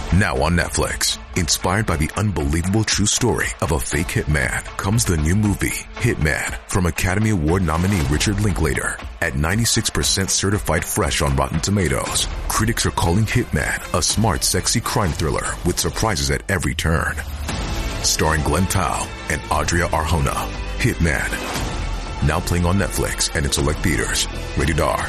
Now on Netflix, inspired by the unbelievable true story of a fake hitman, comes the new movie, Hitman, from Academy Award nominee Richard Linklater. At 96% certified fresh on Rotten Tomatoes, critics are calling Hitman a smart, sexy crime thriller with surprises at every turn. Starring Glenn Powell and Adria Arjona, Hitman. Now playing on Netflix and in select theaters. Rated R.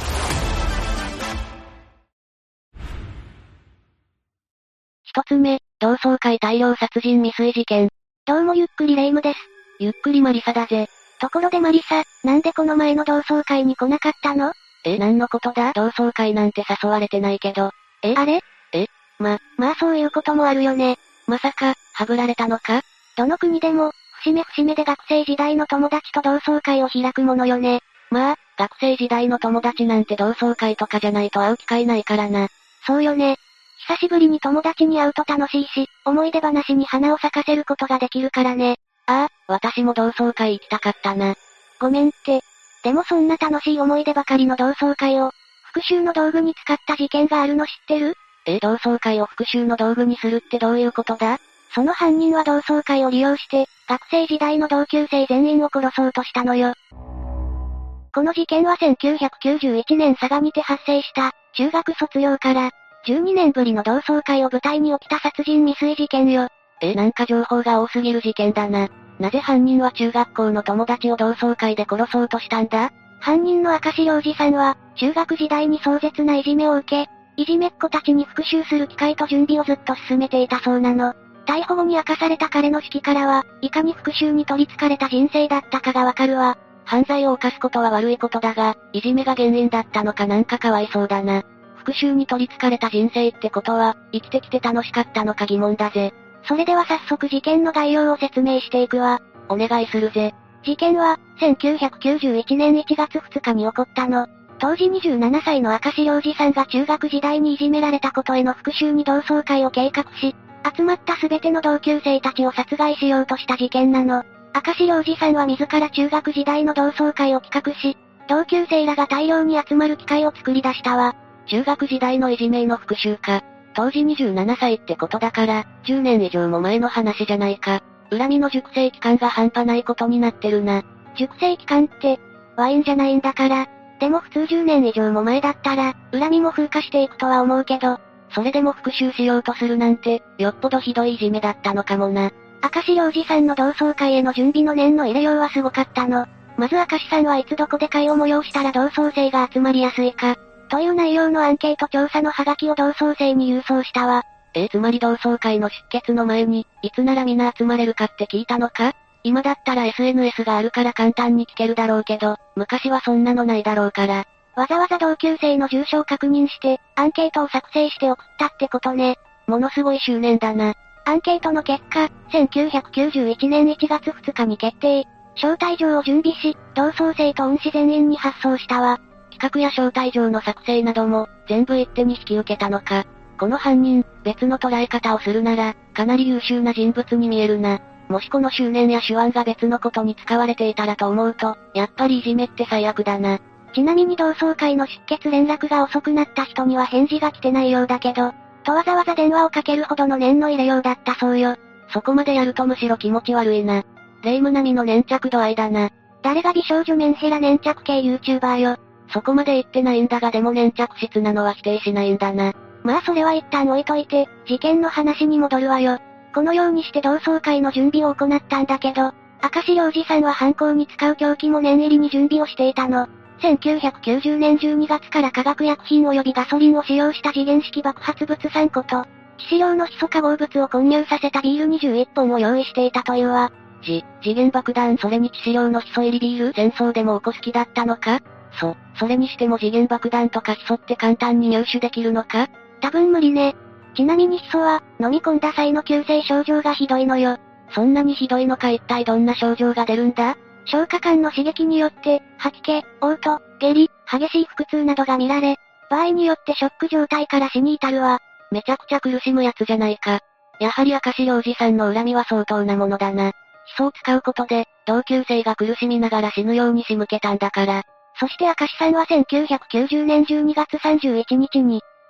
一つ目、同窓会大量殺人未遂事件。 どうもゆっくりレ夢ムです。 ゆっくりマリサだぜ。 ところでマリサ、なんでこの前の同窓会に来なかったの？ 何のことだ？同窓会なんて誘われてないけど。 あれ？ まあそういうこともあるよね。 まさか、はぐられたのか？ どの国でも、節目で学生時代の友達と同窓会を開くものよね。 まあ、学生時代の友達なんて同窓会とかじゃないと会う機会ないからな。 そうよね。久しぶりに友達に会うと楽しいし、思い出話に花を咲かせることができるからね。 ああ、私も同窓会行きたかったな。 ごめんって。でもそんな楽しい思い出ばかりの同窓会を、復讐の道具に使った事件があるの知ってる？ 同窓会を復讐の道具にするってどういうことだ？ その犯人は同窓会を利用して、学生時代の同級生全員を殺そうとしたのよ。この事件は1991年佐賀にて発生した、中学卒業から、12年ぶりの同窓会を舞台に起きた殺人未遂事件よ。 なんか情報が多すぎる事件だな。なぜ犯人は中学校の友達を同窓会で殺そうとしたんだ？ 犯人の明石良二さんは、中学時代に壮絶ないじめを受け、いじめっ子たちに復讐する機会と準備をずっと進めていたそうなの。逮捕後に明かされた彼の手記からは、いかに復讐に取り憑かれた人生だったかがわかるわ。 犯罪を犯すことは悪いことだが、いじめが原因だったのかなんかかわいそうだな。復讐に取り憑かれた人生ってことは、生きてきて楽しかったのか疑問だぜ。 それでは早速事件の概要を説明していくわ。 お願いするぜ。 事件は、1991年1月2日に起こったの。当時27歳の明石良二さんが中学時代にいじめられたことへの復讐に同窓会を計画し、集まったすべての同級生たちを殺害しようとした事件なの。明石良二さんは自ら中学時代の同窓会を企画し、同級生らが大量に集まる機会を作り出したわ。 中学時代のいじめへの復讐か。当時27歳ってことだから、10年以上も前の話じゃないか。恨みの熟成期間が半端ないことになってるな。 熟成期間って、ワインじゃないんだから。でも普通10年以上も前だったら、恨みも風化していくとは思うけど、 それでも復讐しようとするなんて、よっぽどひどいいじめだったのかもな。 明石良二さんの同窓会への準備の念の入れようはすごかったの。まず明石さんはいつどこで会を催したら同窓生が集まりやすいか、という内容のアンケート調査のハガキを同窓生に郵送したわ。 つまり同窓会の出欠の前に、いつならみんな集まれるかって聞いたのか？今だったら SNS があるから簡単に聞けるだろうけど、昔はそんなのないだろうから。 わざわざ同級生の住所を確認して、アンケートを作成して送ったってことね。 ものすごい執念だな。 アンケートの結果、1991年1月2日に決定。招待状を準備し、同窓生と恩師全員に発送したわ。 企画や招待状の作成なども、全部一手に引き受けたのか。この犯人、別の捉え方をするなら、かなり優秀な人物に見えるな。もしこの執念や手腕が別のことに使われていたらと思うと、やっぱりいじめって最悪だな。 ちなみに同窓会の出欠連絡が遅くなった人には返事が来てないようだけど、とわざわざ電話をかけるほどの念の入れようだったそうよ。 そこまでやるとむしろ気持ち悪いな。霊夢並みの粘着度合いだな。 誰が美少女メンヘラ粘着系 YouTuber よ。 そこまで言ってないんだがでも粘着質なのは否定しないんだな。 まあそれは一旦置いといて、事件の話に戻るわよ。このようにして同窓会の準備を行ったんだけど、明石良二さんは犯行に使う凶器も念入りに準備をしていたの。1990年12月から化学薬品及びガソリンを使用した時限式爆発物3個と、致死量のヒ素化合物を混入させたビール21本を用意していたというわ。 次元爆弾それに致死量のヒ素入りビール戦争でも起こす気だったのか？それにしても次元爆弾とかヒ素って簡単に入手できるのか？ 多分無理ね。ちなみにヒ素は、飲み込んだ際の急性症状がひどいのよ。 そんなにひどいのか一体どんな症状が出るんだ？ 消化管の刺激によって、吐き気、嘔吐、下痢、激しい腹痛などが見られ、場合によってショック状態から死に至るわ。 めちゃくちゃ苦しむやつじゃないか。やはり明石良二さんの恨みは相当なものだな。ヒ素を使うことで、同級生が苦しみながら死ぬように仕向けたんだから。 そして明石さんは1990年12月31日に、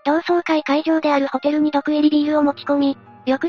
同窓会会場であるホテルに毒入りビールを持ち込み、翌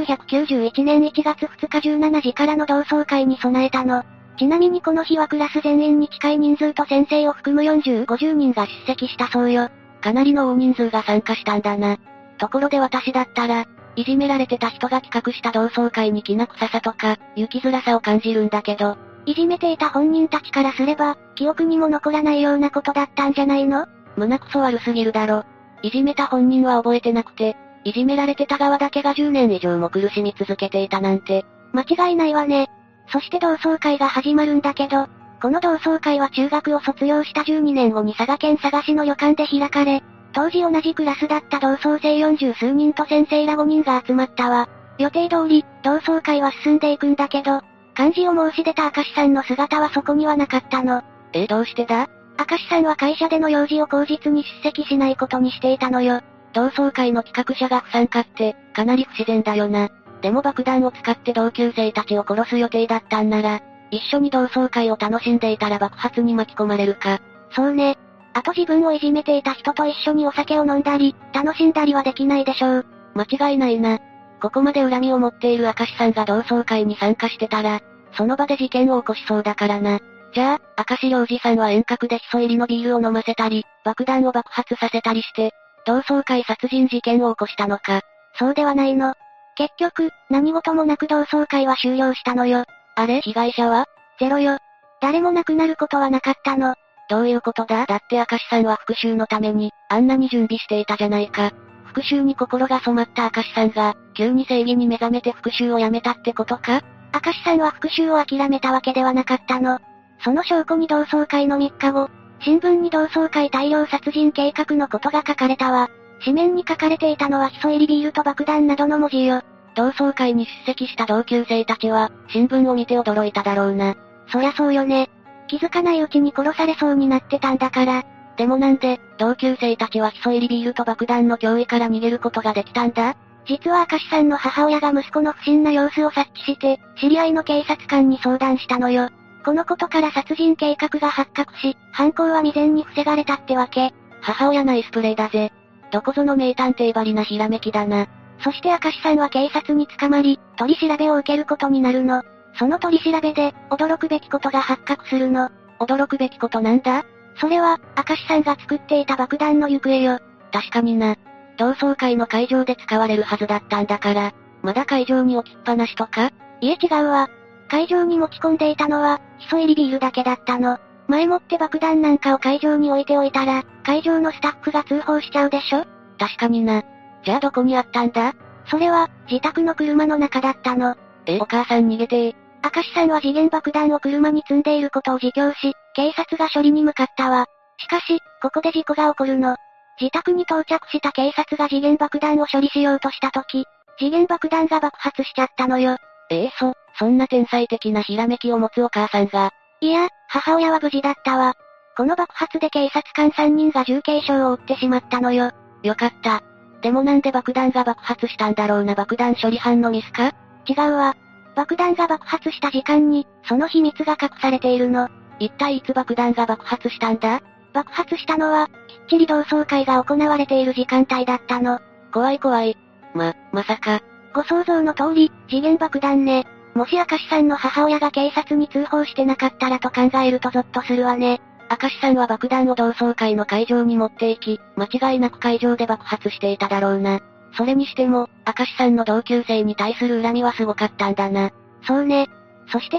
1991年1月2日17時からの同窓会に備えたの。ちなみにこの日はクラス全員に近い人数と先生を含む40、50人が出席したそうよ。 かなりの大人数が参加したんだな。ところで私だったら、いじめられてた人が企画した同窓会に気な臭さとか、生きづらさを感じるんだけど。 いじめていた本人たちからすれば、記憶にも残らないようなことだったんじゃないの？ 胸くそ悪すぎるだろ。いじめた本人は覚えてなくて、いじめられてた側だけが10年以上も苦しみ続けていたなんて。 間違いないわね。そして同窓会が始まるんだけど、この同窓会は中学を卒業した12年後に佐賀県佐賀市の旅館で開かれ、当時同じクラスだった同窓生40数人と先生ら5人が集まったわ。予定通り、同窓会は進んでいくんだけど、漢字を申し出た明石さんの姿はそこにはなかったの。 どうしてだ？ 明石さんは会社での用事を口実に出席しないことにしていたのよ。 同窓会の企画者が不参加って、かなり不自然だよな。でも爆弾を使って同級生たちを殺す予定だったんなら、一緒に同窓会を楽しんでいたら爆発に巻き込まれるか。 そうね。あと自分をいじめていた人と一緒にお酒を飲んだり、楽しんだりはできないでしょう。 間違いないな。ここまで恨みを持っている明石さんが同窓会に参加してたら、その場で事件を起こしそうだからな。じゃあ、明石良二さんは遠隔でヒ素入りのビールを飲ませたり、爆弾を爆発させたりして、同窓会殺人事件を起こしたのか。 そうではないの。結局、何事もなく同窓会は終了したのよ。 あれ？被害者は？ ゼロよ。誰も亡くなることはなかったの。 どういうことだ？だって明石さんは復讐のために、あんなに準備していたじゃないか。復讐に心が染まった明石さんが、急に正義に目覚めて復讐をやめたってことか？ 明石さんは復讐を諦めたわけではなかったの。その証拠に同窓会の3日後、新聞に同窓会大量殺人計画のことが書かれたわ。紙面に書かれていたのはヒ素入りビールと爆弾などの文字よ。 同窓会に出席した同級生たちは、新聞を見て驚いただろうな。 そりゃそうよね。気づかないうちに殺されそうになってたんだから。 でもなんで、同級生たちはヒ素入りビールと爆弾の脅威から逃げることができたんだ？ 実は明石さんの母親が息子の不審な様子を察知して、知り合いの警察官に相談したのよ。このことから殺人計画が発覚し、犯行は未然に防がれたってわけ。 母親ナイスプレイだぜ。どこぞの名探偵ばりなひらめきだな。 そして明石さんは警察に捕まり、取り調べを受けることになるの。その取り調べで、驚くべきことが発覚するの。 驚くべきことなんだ？ それは、明石さんが作っていた爆弾の行方よ。 確かにな。同窓会の会場で使われるはずだったんだから、まだ会場に置きっぱなしとか？ いえ違うわ。会場に持ち込んでいたのは、ヒ素入りビールだけだったの。前もって爆弾なんかを会場に置いておいたら、会場のスタッフが通報しちゃうでしょ？ 確かにな。じゃあどこにあったんだ？ それは、自宅の車の中だったの。 お母さん逃げてー。 明石さんは時限爆弾を車に積んでいることを自供し、警察が処理に向かったわ。しかし、ここで事故が起こるの。自宅に到着した警察が時限爆弾を処理しようとした時、時限爆弾が爆発しちゃったのよ。 そんな天才的なひらめきを持つお母さんが。 いや、母親は無事だったわ。この爆発で警察官3人が重軽傷を負ってしまったのよ。 よかった。でもなんで爆弾が爆発したんだろうな。爆弾処理班のミスか？ 違うわ。爆弾が爆発した時間に、その秘密が隠されているの。 一体いつ爆弾が爆発したんだ？ 爆発したのは、きっちり同窓会が行われている時間帯だったの。 怖い怖い。まさか。 ご想像の通り、時限爆弾ね。もし明石さんの母親が警察に通報してなかったらと考えるとゾッとするわね。 明石さんは爆弾を同窓会の会場に持って行き、間違いなく会場で爆発していただろうな。それにしても、明石さんの同級生に対する恨みはすごかったんだな。 そうね。そして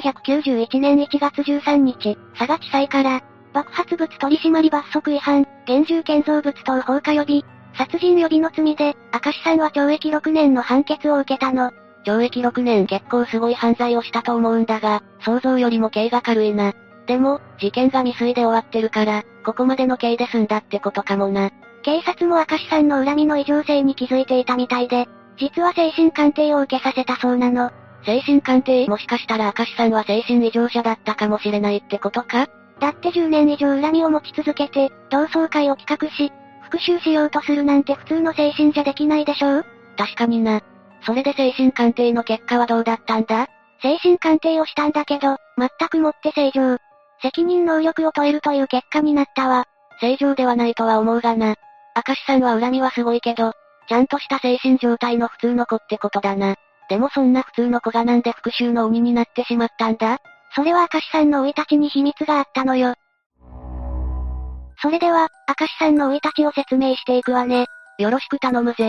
1991年1月13日、佐賀地裁から、爆発物取締罰則違反、現住建造物等放火予備、殺人予備の罪で、明石さんは懲役6年の判決を受けたの。 懲役6年結構すごい犯罪をしたと思うんだが、想像よりも刑が軽いな。でも、事件が未遂で終わってるから、ここまでの刑で済んだってことかもな。 警察も明石さんの恨みの異常性に気づいていたみたいで、実は精神鑑定を受けさせたそうなの。 精神鑑定？もしかしたら明石さんは精神異常者だったかもしれないってことか？ だって10年以上恨みを持ち続けて、同窓会を企画し、復讐しようとするなんて普通の精神じゃできないでしょう？ 確かにな。それで精神鑑定の結果はどうだったんだ？ 精神鑑定をしたんだけど、全くもって正常。責任能力を問えるという結果になったわ。 正常ではないとは思うがな。 明石さんは恨みはすごいけど、ちゃんとした精神状態の普通の子ってことだな。でもそんな普通の子がなんで復讐の鬼になってしまったんだ？ それは明石さんの生い立ちに秘密があったのよ。それでは、明石さんの生い立ちを説明していくわね。 よろしく頼むぜ。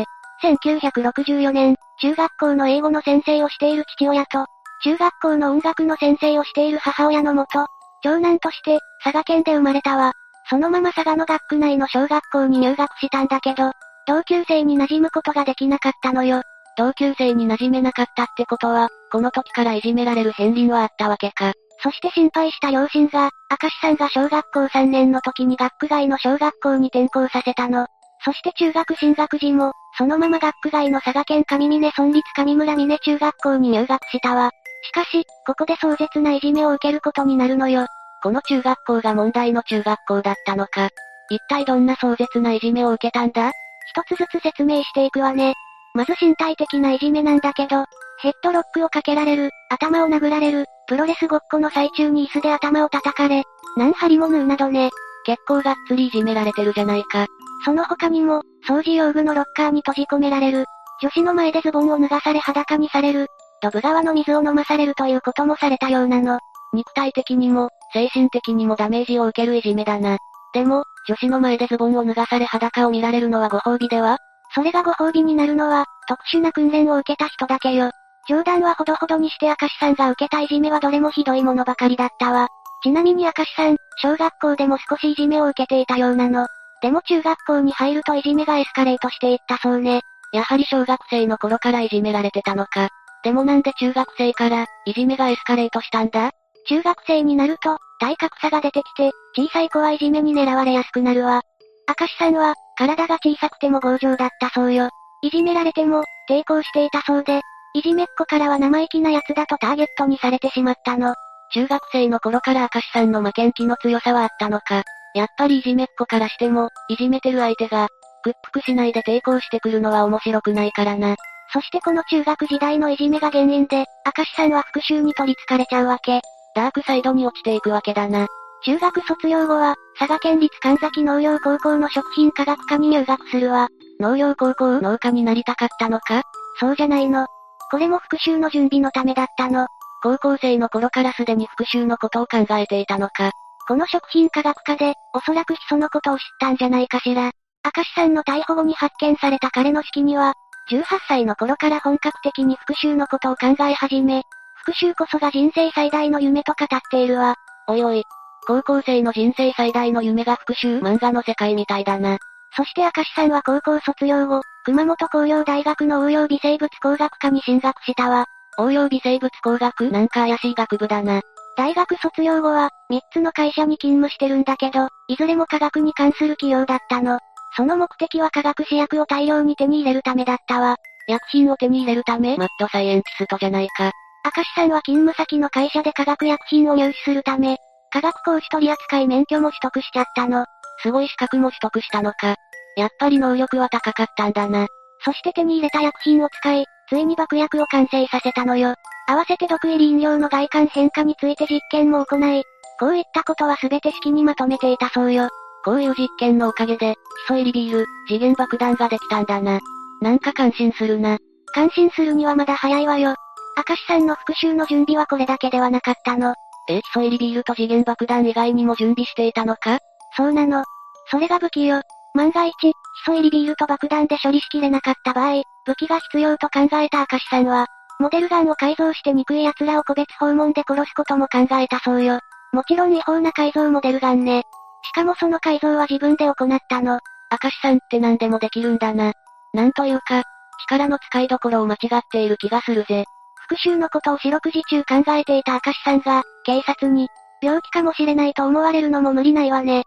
1964年、中学校の英語の先生をしている父親と、中学校の音楽の先生をしている母親のもと、長男として、佐賀県で生まれたわ。そのまま佐賀の学区内の小学校に入学したんだけど、同級生に馴染むことができなかったのよ。 同級生に馴染めなかったってことは、この時からいじめられる片鱗はあったわけか。 そして心配した両親が、明石さんが小学校3年の時に学区外の小学校に転校させたの。そして中学進学時も、そのまま学区外の佐賀県上峰村立上村峰中学校に入学したわ。しかし、ここで壮絶ないじめを受けることになるのよ。 この中学校が問題の中学校だったのか。一体どんな壮絶ないじめを受けたんだ？ 一つずつ説明していくわね。まず身体的ないじめなんだけど、ヘッドロックをかけられる、頭を殴られる、プロレスごっこの最中に椅子で頭を叩かれ、何針も縫うなどね。 結構がっつりいじめられてるじゃないか。 その他にも、掃除用具のロッカーに閉じ込められる、女子の前でズボンを脱がされ裸にされる、ドブ川の水を飲まされるということもされたようなの。 肉体的にも、精神的にもダメージを受けるいじめだな。でも、女子の前でズボンを脱がされ裸を見られるのはご褒美では？ それがご褒美になるのは、特殊な訓練を受けた人だけよ。冗談はほどほどにして明石さんが受けたいじめはどれもひどいものばかりだったわ。ちなみに明石さん、小学校でも少しいじめを受けていたようなの。でも中学校に入るといじめがエスカレートしていったそうね。 やはり小学生の頃からいじめられてたのか。でもなんで中学生から、いじめがエスカレートしたんだ？ 中学生になると、体格差が出てきて、小さい子はいじめに狙われやすくなるわ。明石さんは、体が小さくても強情だったそうよ。いじめられても、抵抗していたそうで、いじめっ子からは生意気な奴だとターゲットにされてしまったの。 中学生の頃から明石さんの負けん気の強さはあったのか。やっぱりいじめっ子からしても、いじめてる相手が、屈服しないで抵抗してくるのは面白くないからな。 そしてこの中学時代のいじめが原因で、明石さんは復讐に取り憑かれちゃうわけ。 ダークサイドに落ちていくわけだな。 中学卒業後は、佐賀県立神崎農業高校の食品科学科に入学するわ。 農業高校農家になりたかったのか？ そうじゃないの。これも復讐の準備のためだったの。 高校生の頃からすでに復讐のことを考えていたのか。 この食品科学科で、おそらくヒ素のことを知ったんじゃないかしら。明石さんの逮捕後に発見された彼の式には、18歳の頃から本格的に復讐のことを考え始め、復讐こそが人生最大の夢と語っているわ。 おいおい。高校生の人生最大の夢が復讐？漫画の世界みたいだな。 そして明石さんは高校卒業後、熊本工業大学の応用微生物工学科に進学したわ。 応用微生物工学？なんか怪しい学部だな。 大学卒業後は、3つの会社に勤務してるんだけど、いずれも科学に関する企業だったの。その目的は化学試薬を大量に手に入れるためだったわ。 薬品を手に入れるため？マッドサイエンティストじゃないか。 明石さんは勤務先の会社で化学薬品を入手するため、化学工士取扱免許も取得しちゃったの。 すごい資格も取得したのか。やっぱり能力は高かったんだな。 そして手に入れた薬品を使い、ついに爆薬を完成させたのよ。合わせて毒入り飲料の外観変化について実験も行い、こういったことは全て式にまとめていたそうよ。 こういう実験のおかげで、ヒ素入りビール、時限爆弾ができたんだな。なんか感心するな。 感心するにはまだ早いわよ。明石さんの復讐の準備はこれだけではなかったの。 ヒ素入りビールと時限爆弾以外にも準備していたのか？ そうなの。それが武器よ。万が一、ヒ素入りビールと爆弾で処理しきれなかった場合、武器が必要と考えた明石さんは、モデルガンを改造して憎い奴らを個別訪問で殺すことも考えたそうよ。もちろん違法な改造モデルガンね。しかもその改造は自分で行ったの。 明石さんって何でもできるんだな。なんというか、力の使いどころを間違っている気がするぜ。 復讐のことを四六時中考えていた明石さんが、警察に、病気かもしれないと思われるのも無理ないわね。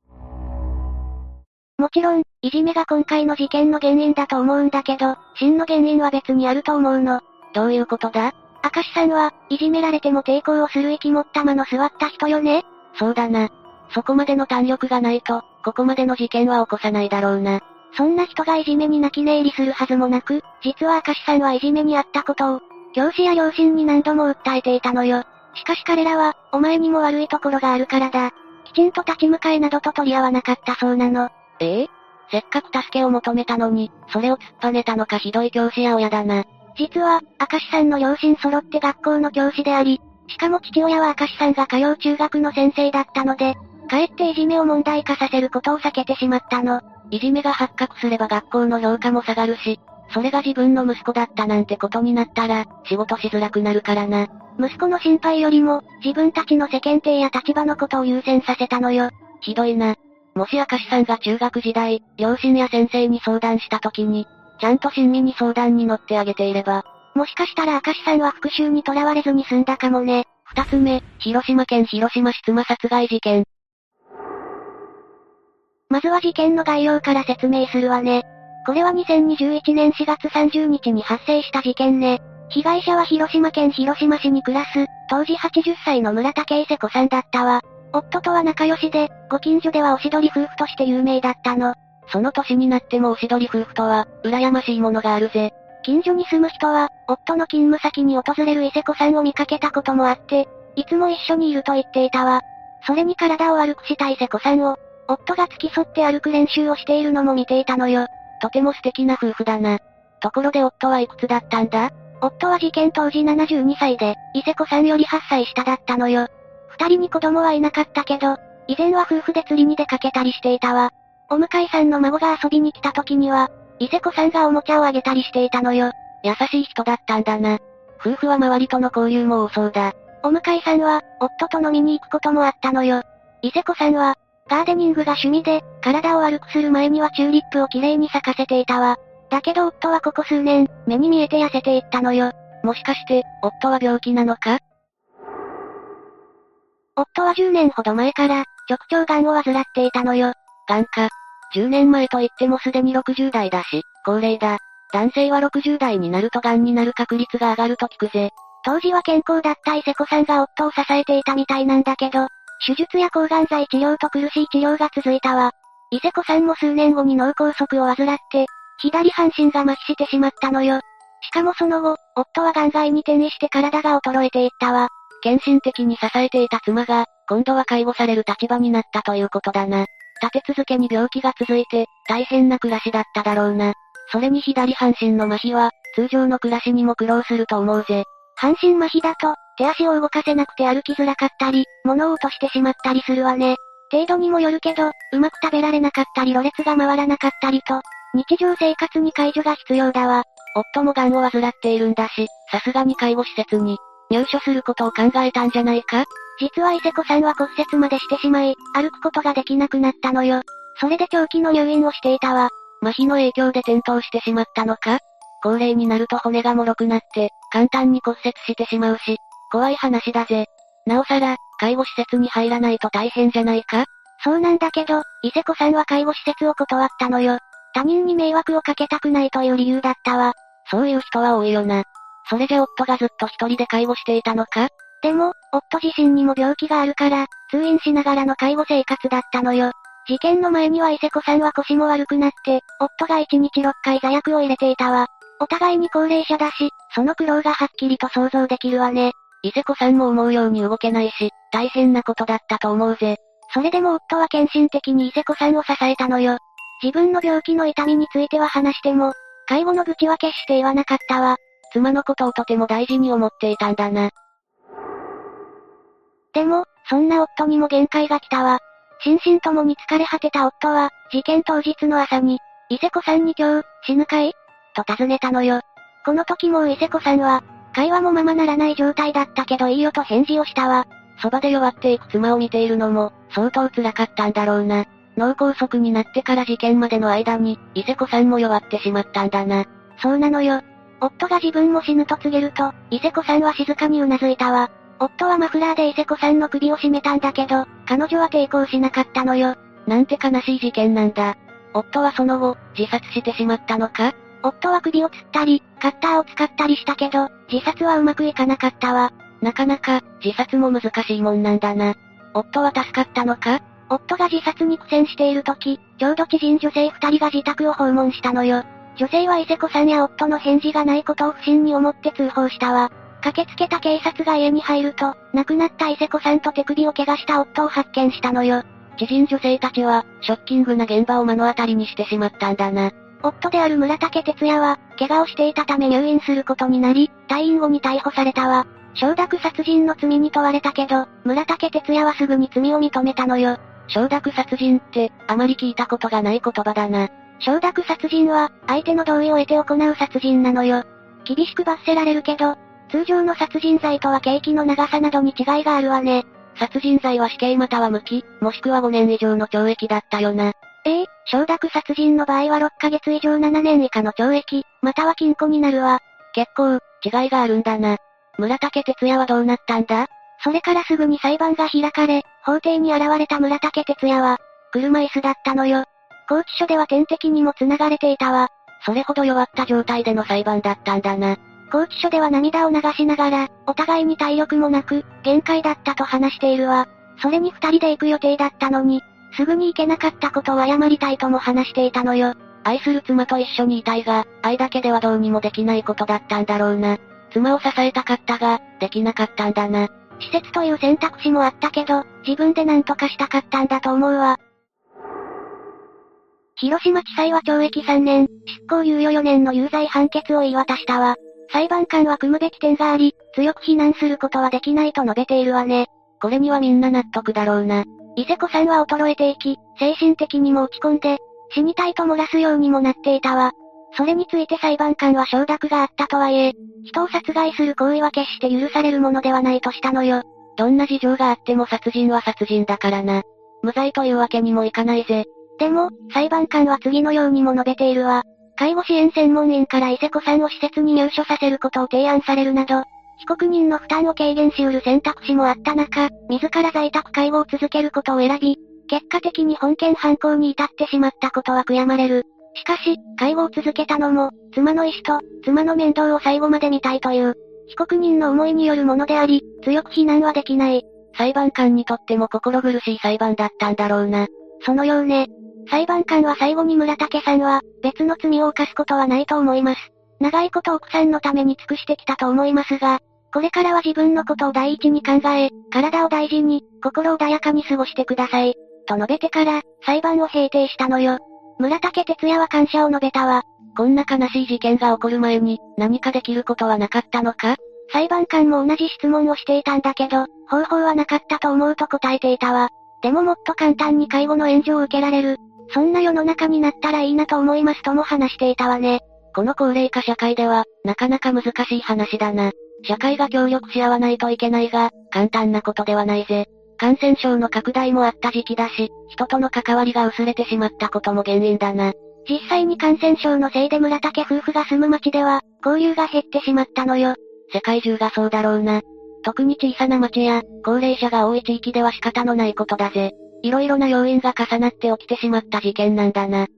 もちろん、いじめが今回の事件の原因だと思うんだけど、真の原因は別にあると思うの。 どういうことだ？ 明石さんは、いじめられても抵抗をする息もったまの座った人よね？ そうだな。そこまでの胆力がないと、ここまでの事件は起こさないだろうな。 そんな人がいじめに泣き寝入りするはずもなく、実は明石さんはいじめにあったことを、教師や両親に何度も訴えていたのよ。しかし彼らは、お前にも悪いところがあるからだ。きちんと立ち向かえなどと取り合わなかったそうなの。 せっかく助けを求めたのに、それを突っぱねたのかひどい教師や親だな。 実は、明石さんの両親揃って学校の教師であり、しかも父親は明石さんが通う中学の先生だったので、かえっていじめを問題化させることを避けてしまったの。 いじめが発覚すれば学校の評価も下がるし、それが自分の息子だったなんてことになったら、仕事しづらくなるからな。 息子の心配よりも、自分たちの世間体や立場のことを優先させたのよ。 ひどいな。もし明石さんが中学時代、両親や先生に相談した時に、ちゃんと親身に相談に乗ってあげていれば、 もしかしたら明石さんは復讐にとらわれずに済んだかもね。 二つ目、広島県広島市妻殺害事件。 まずは事件の概要から説明するわね。これは2021年4月30日に発生した事件ね。被害者は広島県広島市に暮らす、当時80歳の村竹伊勢子さんだったわ。夫とは仲良しで、ご近所ではおしどり夫婦として有名だったの。 その年になってもおしどり夫婦とは、羨ましいものがあるぜ。 近所に住む人は、夫の勤務先に訪れる伊勢子さんを見かけたこともあって、いつも一緒にいると言っていたわ。それに体を悪くした伊勢子さんを、夫が付き添って歩く練習をしているのも見ていたのよ。 とても素敵な夫婦だな。ところで夫はいくつだったんだ？ 夫は事件当時72歳で、伊勢子さんより8歳下だったのよ。二人に子供はいなかったけど、以前は夫婦で釣りに出かけたりしていたわ。お向かいさんの孫が遊びに来た時には、伊勢子さんがおもちゃをあげたりしていたのよ。 優しい人だったんだな。夫婦は周りとの交流も多そうだ。 お向かいさんは、夫と飲みに行くこともあったのよ。伊勢子さんは、ガーデニングが趣味で、体を悪くする前にはチューリップをきれいに咲かせていたわ。だけど夫はここ数年、目に見えて痩せていったのよ。 もしかして、夫は病気なのか？ 夫は10年ほど前から、直腸癌を患っていたのよ。 癌か。10年前と言ってもすでに60代だし、高齢だ。男性は60代になると癌になる確率が上がると聞くぜ。 当時は健康だった伊勢子さんが夫を支えていたみたいなんだけど、手術や抗がん剤治療と苦しい治療が続いたわ。伊勢子さんも数年後に脳梗塞を患って、左半身が麻痺してしまったのよ。しかもその後、夫は癌外に転移して体が衰えていったわ。 献身的に支えていた妻が、今度は介護される立場になったということだな。立て続けに病気が続いて、大変な暮らしだっただろうな。それに左半身の麻痺は、通常の暮らしにも苦労すると思うぜ。 半身麻痺だと、手足を動かせなくて歩きづらかったり、物を落としてしまったりするわね。程度にもよるけど、うまく食べられなかったりろれつが回らなかったりと、日常生活に介助が必要だわ。 夫も癌を患っているんだし、さすがに介護施設に、入所することを考えたんじゃないか？ 実は伊勢子さんは骨折までしてしまい、歩くことができなくなったのよ。それで長期の入院をしていたわ。 麻痺の影響で転倒してしまったのか？高齢になると骨が脆くなって、簡単に骨折してしまうし、怖い話だぜ。なおさら、介護施設に入らないと大変じゃないか？ そうなんだけど、伊勢子さんは介護施設を断ったのよ。他人に迷惑をかけたくないという理由だったわ。 そういう人は多いよな。それじゃ夫がずっと一人で介護していたのか？ でも、夫自身にも病気があるから、通院しながらの介護生活だったのよ。事件の前には伊勢子さんは腰も悪くなって、夫が1日6回座薬を入れていたわ。お互いに高齢者だし、その苦労がはっきりと想像できるわね。 伊勢子さんも思うように動けないし、大変なことだったと思うぜ。 それでも夫は献身的に伊勢子さんを支えたのよ。自分の病気の痛みについては話しても、介護の愚痴は決して言わなかったわ。 妻のことをとても大事に思っていたんだな。 でも、そんな夫にも限界が来たわ。心身ともに疲れ果てた夫は、事件当日の朝に、伊勢子さんに今日、死ぬかい？と尋ねたのよ。この時もう伊勢子さんは、会話もままならない状態だったけどいいよと返事をしたわ。 そばで弱っていく妻を見ているのも、相当辛かったんだろうな。脳梗塞になってから事件までの間に、伊勢子さんも弱ってしまったんだな。 そうなのよ。夫が自分も死ぬと告げると、伊勢子さんは静かにうなずいたわ。夫はマフラーで伊勢子さんの首を絞めたんだけど、彼女は抵抗しなかったのよ。 なんて悲しい事件なんだ。夫はその後、自殺してしまったのか？ 夫は首を吊ったり、カッターを使ったりしたけど、自殺はうまくいかなかったわ。 なかなか、自殺も難しいもんなんだな。夫は助かったのか？ 夫が自殺に苦戦している時、ちょうど知人女性2人が自宅を訪問したのよ。女性は伊勢子さんや夫の返事がないことを不審に思って通報したわ。駆けつけた警察が家に入ると、亡くなった伊勢子さんと手首を怪我した夫を発見したのよ。 知人女性たちは、ショッキングな現場を目の当たりにしてしまったんだな。 夫である村竹哲也は、怪我をしていたため入院することになり、退院後に逮捕されたわ。承諾殺人の罪に問われたけど、村竹哲也はすぐに罪を認めたのよ。 承諾殺人って、あまり聞いたことがない言葉だな。 承諾殺人は、相手の同意を得て行う殺人なのよ。厳しく罰せられるけど、通常の殺人罪とは刑期の長さなどに違いがあるわね。 殺人罪は死刑または無期、もしくは5年以上の懲役だったよな。 承諾殺人の場合は6ヶ月以上7年以下の懲役、または禁錮になるわ。 結構、違いがあるんだな。村竹哲也はどうなったんだ？ それからすぐに裁判が開かれ、法廷に現れた村竹哲也は、車椅子だったのよ。拘置所では点滴にも繋がれていたわ。 それほど弱った状態での裁判だったんだな。 拘置所では涙を流しながら、お互いに体力もなく、限界だったと話しているわ。それに二人で行く予定だったのに、すぐに行けなかったことを謝りたいとも話していたのよ。 愛する妻と一緒にいたいが、愛だけではどうにもできないことだったんだろうな。妻を支えたかったが、できなかったんだな。 施設という選択肢もあったけど、自分で何とかしたかったんだと思うわ。広島地裁は懲役3年、執行猶予4年の有罪判決を言い渡したわ。裁判官は組むべき点があり、強く非難することはできないと述べているわね。 これにはみんな納得だろうな。 伊勢子さんは衰えていき、精神的にも落ち込んで、死にたいと漏らすようにもなっていたわ。それについて裁判官は承諾があったとはいえ、人を殺害する行為は決して許されるものではないとしたのよ。 どんな事情があっても殺人は殺人だからな。無罪というわけにもいかないぜ。 でも、裁判官は次のようにも述べているわ。介護支援専門員から伊勢子さんを施設に入所させることを提案されるなど、被告人の負担を軽減し得る選択肢もあった中、自ら在宅介護を続けることを選び、結果的に本件犯行に至ってしまったことは悔やまれる。しかし、介護を続けたのも、妻の意思と、妻の面倒を最後まで見たいという、被告人の思いによるものであり、強く非難はできない。 裁判官にとっても心苦しい裁判だったんだろうな。 そのようね。裁判官は最後に村竹さんは、別の罪を犯すことはないと思います。長いこと奥さんのために尽くしてきたと思いますが、これからは自分のことを第一に考え、体を大事に、心穏やかに過ごしてください。と述べてから、裁判を閉廷したのよ。村竹哲也は感謝を述べたわ。 こんな悲しい事件が起こる前に、何かできることはなかったのか？ 裁判官も同じ質問をしていたんだけど、方法はなかったと思うと答えていたわ。でももっと簡単に介護の援助を受けられる、そんな世の中になったらいいなと思いますとも話していたわね。 この高齢化社会では、なかなか難しい話だな。社会が協力し合わないといけないが、簡単なことではないぜ。感染症の拡大もあった時期だし、人との関わりが薄れてしまったことも原因だな。 実際に感染症のせいで村竹夫婦が住む町では、交流が減ってしまったのよ。 世界中がそうだろうな。特に小さな町や、高齢者が多い地域では仕方のないことだぜ。いろいろな要因が重なって起きてしまった事件なんだな。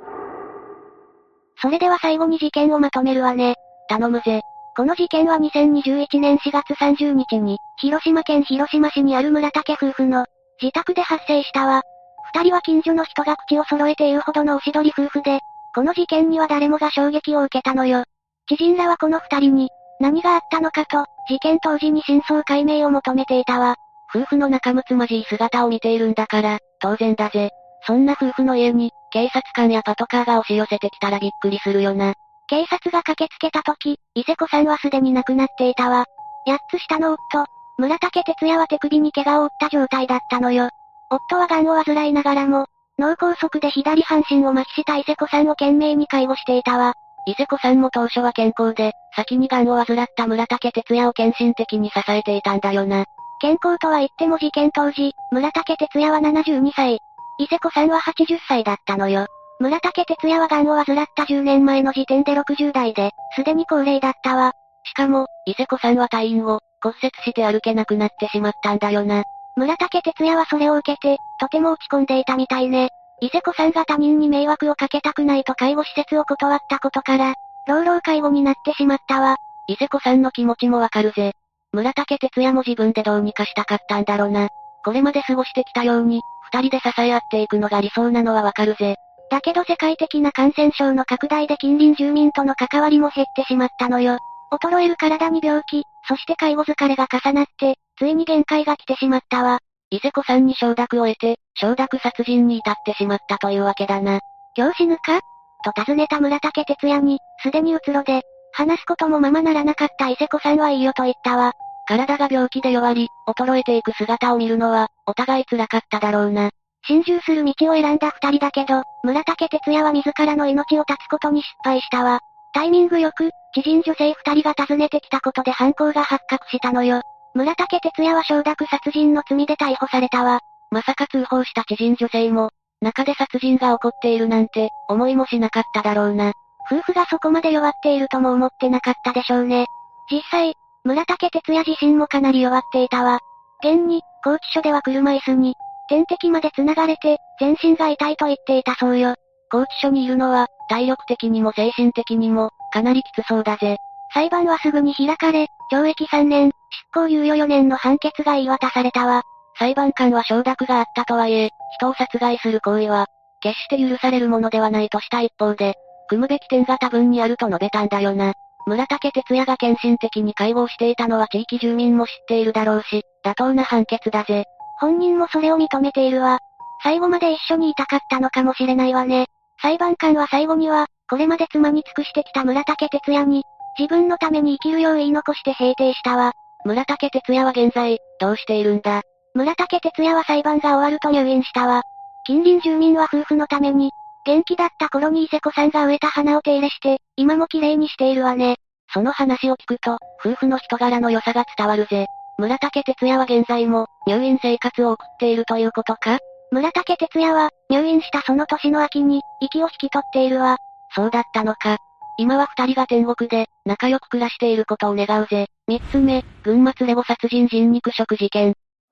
それでは最後に事件をまとめるわね。 頼むぜ。 この事件は2021年4月30日に、広島県広島市にある村竹夫婦の自宅で発生したわ。二人は近所の人が口を揃えて言うほどのおしどり夫婦で、この事件には誰もが衝撃を受けたのよ。知人らはこの二人に、何があったのかと、事件当時に真相解明を求めていたわ。 夫婦の仲睦まじい姿を見ているんだから、当然だぜ。そんな夫婦の家に、警察官やパトカーが押し寄せてきたらびっくりするよな。 警察が駆けつけた時、伊勢子さんはすでに亡くなっていたわ。8つ下の夫、村竹哲也は手首に怪我を負った状態だったのよ。夫は癌を患いながらも、脳梗塞で左半身を麻痺した伊勢子さんを懸命に介護していたわ。 伊勢子さんも当初は健康で、先に癌を患った村竹哲也を献身的に支えていたんだよな。 健康とは言っても事件当時、村竹哲也は72歳。伊勢子さんは80歳だったのよ。村竹哲也は癌を患った10年前の時点で60代で、すでに高齢だったわ。 しかも、伊勢子さんは退院後、骨折して歩けなくなってしまったんだよな。 村竹哲也はそれを受けて、とても落ち込んでいたみたいね。伊勢子さんが他人に迷惑をかけたくないと介護施設を断ったことから、老老介護になってしまったわ。 伊勢子さんの気持ちもわかるぜ。村竹哲也も自分でどうにかしたかったんだろうな。これまで過ごしてきたように、二人で支え合っていくのが理想なのはわかるぜ。 だけど世界的な感染症の拡大で近隣住民との関わりも減ってしまったのよ。衰える体に病気、そして介護疲れが重なって、ついに限界が来てしまったわ。 伊勢子さんに承諾を得て、承諾殺人に至ってしまったというわけだな。 今日死ぬかと尋ねた村竹哲也に、すでにうつろで、話すこともままならなかった伊勢子さんはいいよと言ったわ。 体が病気で弱り、衰えていく姿を見るのは、お互い辛かっただろうな。 心中する道を選んだ二人だけど、村竹哲也は自らの命を絶つことに失敗したわ。タイミングよく、知人女性二人が訪ねてきたことで犯行が発覚したのよ。村竹哲也は承諾殺人の罪で逮捕されたわ。 まさか通報した知人女性も、中で殺人が起こっているなんて、思いもしなかっただろうな。 夫婦がそこまで弱っているとも思ってなかったでしょうね。実際、村竹哲也自身もかなり弱っていたわ。現に、拘置所では車椅子に、点滴まで繋がれて、全身が痛いと言っていたそうよ。 拘置所にいるのは、体力的にも精神的にも、かなりきつそうだぜ。 裁判はすぐに開かれ、懲役3年、執行猶予4年の判決が言い渡されたわ。 裁判官は承諾があったとはいえ、人を殺害する行為は、決して許されるものではないとした一方で、組むべき点が多分にあると述べたんだよな。村竹哲也が献身的に介護をしていたのは地域住民も知っているだろうし、妥当な判決だぜ。 本人もそれを認めているわ。最後まで一緒にいたかったのかもしれないわね。裁判官は最後には、これまで妻に尽くしてきた村竹哲也に、自分のために生きるよう言い残して閉廷したわ。 村竹哲也は現在、どうしているんだ？ 村竹哲也は裁判が終わると入院したわ。近隣住民は夫婦のために、元気だった頃に伊勢子さんが植えた花を手入れして、今も綺麗にしているわね。 その話を聞くと、夫婦の人柄の良さが伝わるぜ。村竹哲也は現在も、入院生活を送っているということか？ 村竹哲也は、入院したその年の秋に、息を引き取っているわ。 そうだったのか。今は二人が天国で、仲良く暮らしていることを願うぜ。三つ目、群馬連れ子殺人人肉食事件。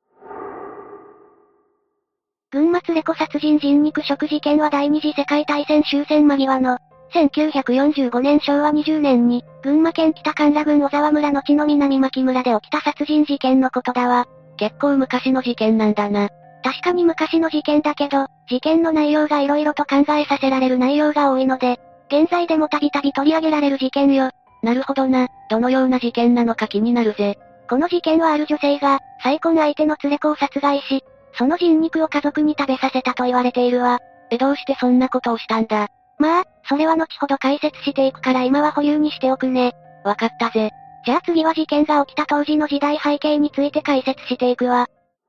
群馬連れ子殺人人肉食事件は第二次世界大戦終戦間際の、1945年昭和20年に、群馬県北甘楽郡小沢村の地の南牧村で起きた殺人事件のことだわ。 結構昔の事件なんだな。 確かに昔の事件だけど、事件の内容が色々と考えさせられる内容が多いので、現在でもたびたび取り上げられる事件よ。 なるほどな、どのような事件なのか気になるぜ。 この事件はある女性が、再婚相手の連れ子を殺害し、その人肉を家族に食べさせたと言われているわ。 どうしてそんなことをしたんだ？ まあ、それは後ほど解説していくから今は保留にしておくね。 わかったぜ。 じゃあ次は事件が起きた当時の時代背景について解説していくわ。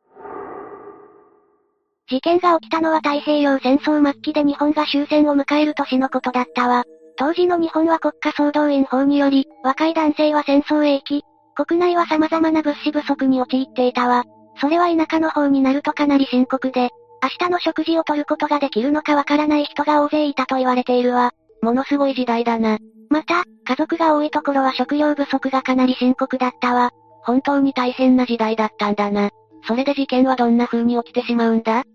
事件が起きたのは太平洋戦争末期で日本が終戦を迎える年のことだったわ。当時の日本は国家総動員法により、若い男性は戦争へ行き、国内は様々な物資不足に陥っていたわ。それは田舎の方になるとかなり深刻で、明日の食事を取ることができるのかわからない人が大勢いたと言われているわ。 ものすごい時代だな。 また、家族が多いところは食料不足がかなり深刻だったわ。 本当に大変な時代だったんだな。それで事件はどんな風に起きてしまうんだ？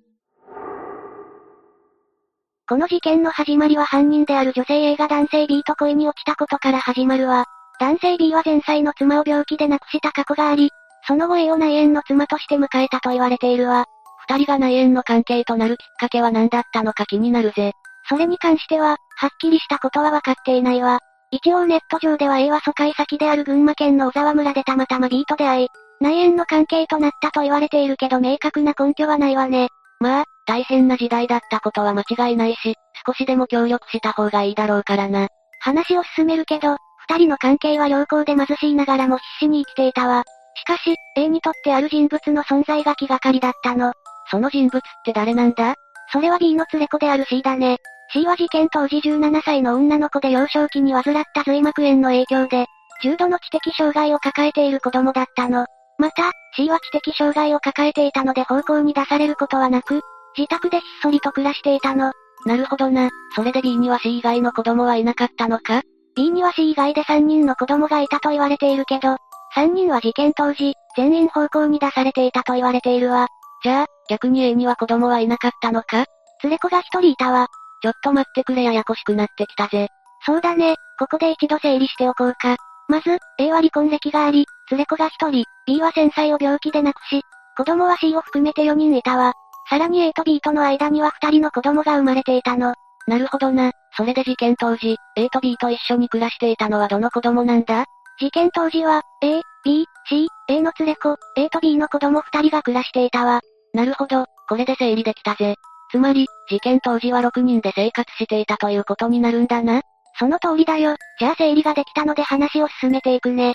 この事件の始まりは犯人である女性 A が男性 B と恋に落ちたことから始まるわ。男性 B は前妻の妻を病気で亡くした過去があり、その後 A を内縁の妻として迎えたと言われているわ。 二人が内縁の関係となるきっかけは何だったのか気になるぜ。 それに関しては、はっきりしたことは分かっていないわ。一応ネット上では A は疎開先である群馬県の小沢村でたまたま B と出会い、内縁の関係となったと言われているけど明確な根拠はないわね。 まあ、大変な時代だったことは間違いないし、少しでも協力した方がいいだろうからな。 話を進めるけど、二人の関係は良好で貧しいながらも必死に生きていたわ。しかし、A にとってある人物の存在が気がかりだったの。 その人物って誰なんだ？ それは B の連れ子である C だね。C は事件当時17歳の女の子で幼少期に患った髄膜炎の影響で、重度の知的障害を抱えている子供だったの。また、C は知的障害を抱えていたので奉公に出されることはなく、自宅でひっそりと暮らしていたの。 なるほどな。それで B には C 以外の子供はいなかったのか？ B には C 以外で3人の子供がいたと言われているけど、3人は事件当時、全員奉公に出されていたと言われているわ。 じゃあ、逆に A には子供はいなかったのか？ 連れ子が1人いたわ。 ちょっと待ってくれ、ややこしくなってきたぜ。 そうだね、ここで一度整理しておこうか。まず、A は離婚歴があり、連れ子が1人、B は戦災を病気で亡くし、子供は C を含めて4人いたわ。さらに A と B との間には2人の子供が生まれていたの。 なるほどな。それで事件当時、A と B と一緒に暮らしていたのはどの子供なんだ？ 事件当時は、A、B、C、A の連れ子、A と B の子供2人が暮らしていたわ。 なるほど、これで整理できたぜ。つまり、事件当時は6人で生活していたということになるんだな。 その通りだよ。じゃあ整理ができたので話を進めていくね。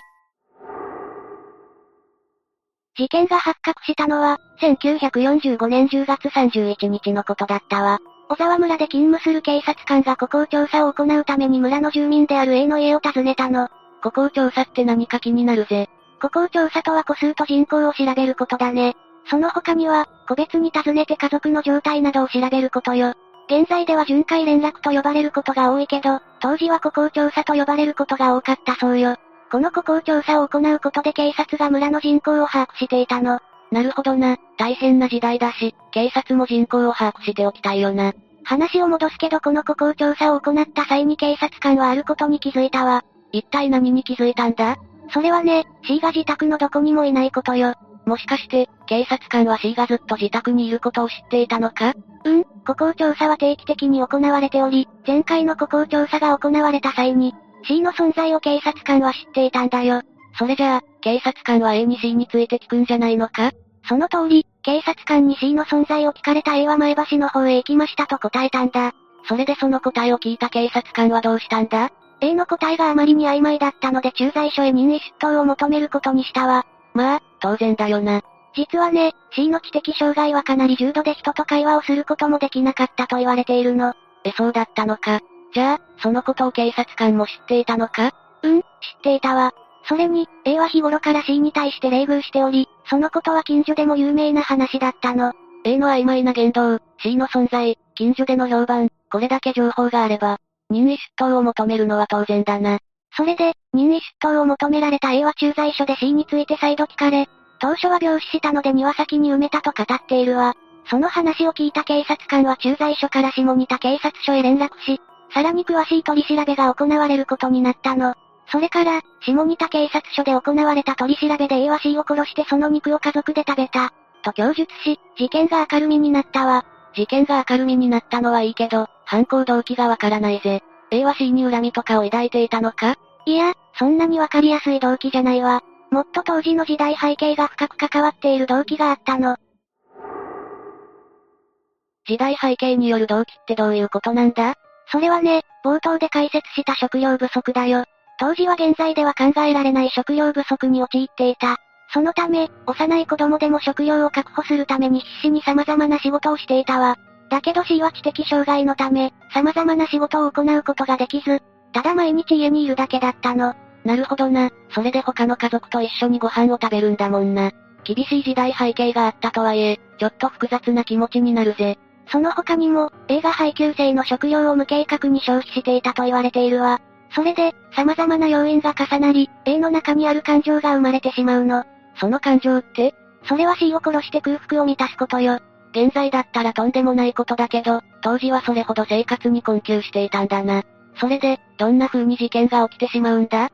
事件が発覚したのは、1945年10月31日のことだったわ。小沢村で勤務する警察官が孤高調査を行うために村の住民である A の家を訪ねたの。 孤高調査って何か気になるぜ。 孤高調査とは戸数と人口を調べることだね。その他には、個別に訪ねて家族の状態などを調べることよ。現在では巡回連絡と呼ばれることが多いけど、当時は孤高調査と呼ばれることが多かったそうよ。この孤高調査を行うことで警察が村の人口を把握していたの。 なるほどな、大変な時代だし、警察も人口を把握しておきたいよな。 話を戻すけどこの孤高調査を行った際に警察官はあることに気づいたわ。 一体何に気づいたんだ？ それはね、C が自宅のどこにもいないことよ。 もしかして、警察官は C がずっと自宅にいることを知っていたのか？ 孤高調査は定期的に行われており、前回の孤高調査が行われた際に、C の存在を警察官は知っていたんだよ。 それじゃあ、警察官は A に C について聞くんじゃないのか？ その通り、警察官に C の存在を聞かれた A は前橋の方へ行きましたと答えたんだ。 それでその答えを聞いた警察官はどうしたんだ？ A の答えがあまりに曖昧だったので駐在所へ任意出頭を求めることにしたわ。 まあ、当然だよな。 実はね、C の知的障害はかなり重度で人と会話をすることもできなかったと言われているの。 そうだったのか。じゃあ、そのことを警察官も知っていたのか？ 知っていたわ。それに、A は日頃から C に対して冷遇しており、そのことは近所でも有名な話だったの。 A の曖昧な言動、C の存在、近所での評判、これだけ情報があれば、任意出頭を求めるのは当然だな。 それで、任意出頭を求められた A は駐在所で C について再度聞かれ、当初は病死したので庭先に埋めたと語っているわ。その話を聞いた警察官は駐在所から下仁田警察署へ連絡し、さらに詳しい取り調べが行われることになったの。それから、下仁田警察署で行われた取り調べで A は C を殺してその肉を家族で食べた、と供述し、事件が明るみになったわ。 事件が明るみになったのはいいけど、犯行動機がわからないぜ。A は C に恨みとかを抱いていたのか？ いや、そんなにわかりやすい動機じゃないわ。もっと当時の時代背景が深く関わっている動機があったの。 時代背景による動機ってどういうことなんだ？ それはね、冒頭で解説した食料不足だよ。当時は現在では考えられない食料不足に陥っていた。そのため、幼い子供でも食料を確保するために必死に様々な仕事をしていたわ。だけど C は知的障害のため、様々な仕事を行うことができず、ただ毎日家にいるだけだったの。 なるほどな。それで他の家族と一緒にご飯を食べるんだもんな。厳しい時代背景があったとはいえ、ちょっと複雑な気持ちになるぜ。 その他にも、A が配給制の食料を無計画に消費していたと言われているわ。それで、様々な要因が重なり、A の中にある感情が生まれてしまうの。 その感情って？ それは C を殺して空腹を満たすことよ。 現在だったらとんでもないことだけど、当時はそれほど生活に困窮していたんだな。それで、どんな風に事件が起きてしまうんだ？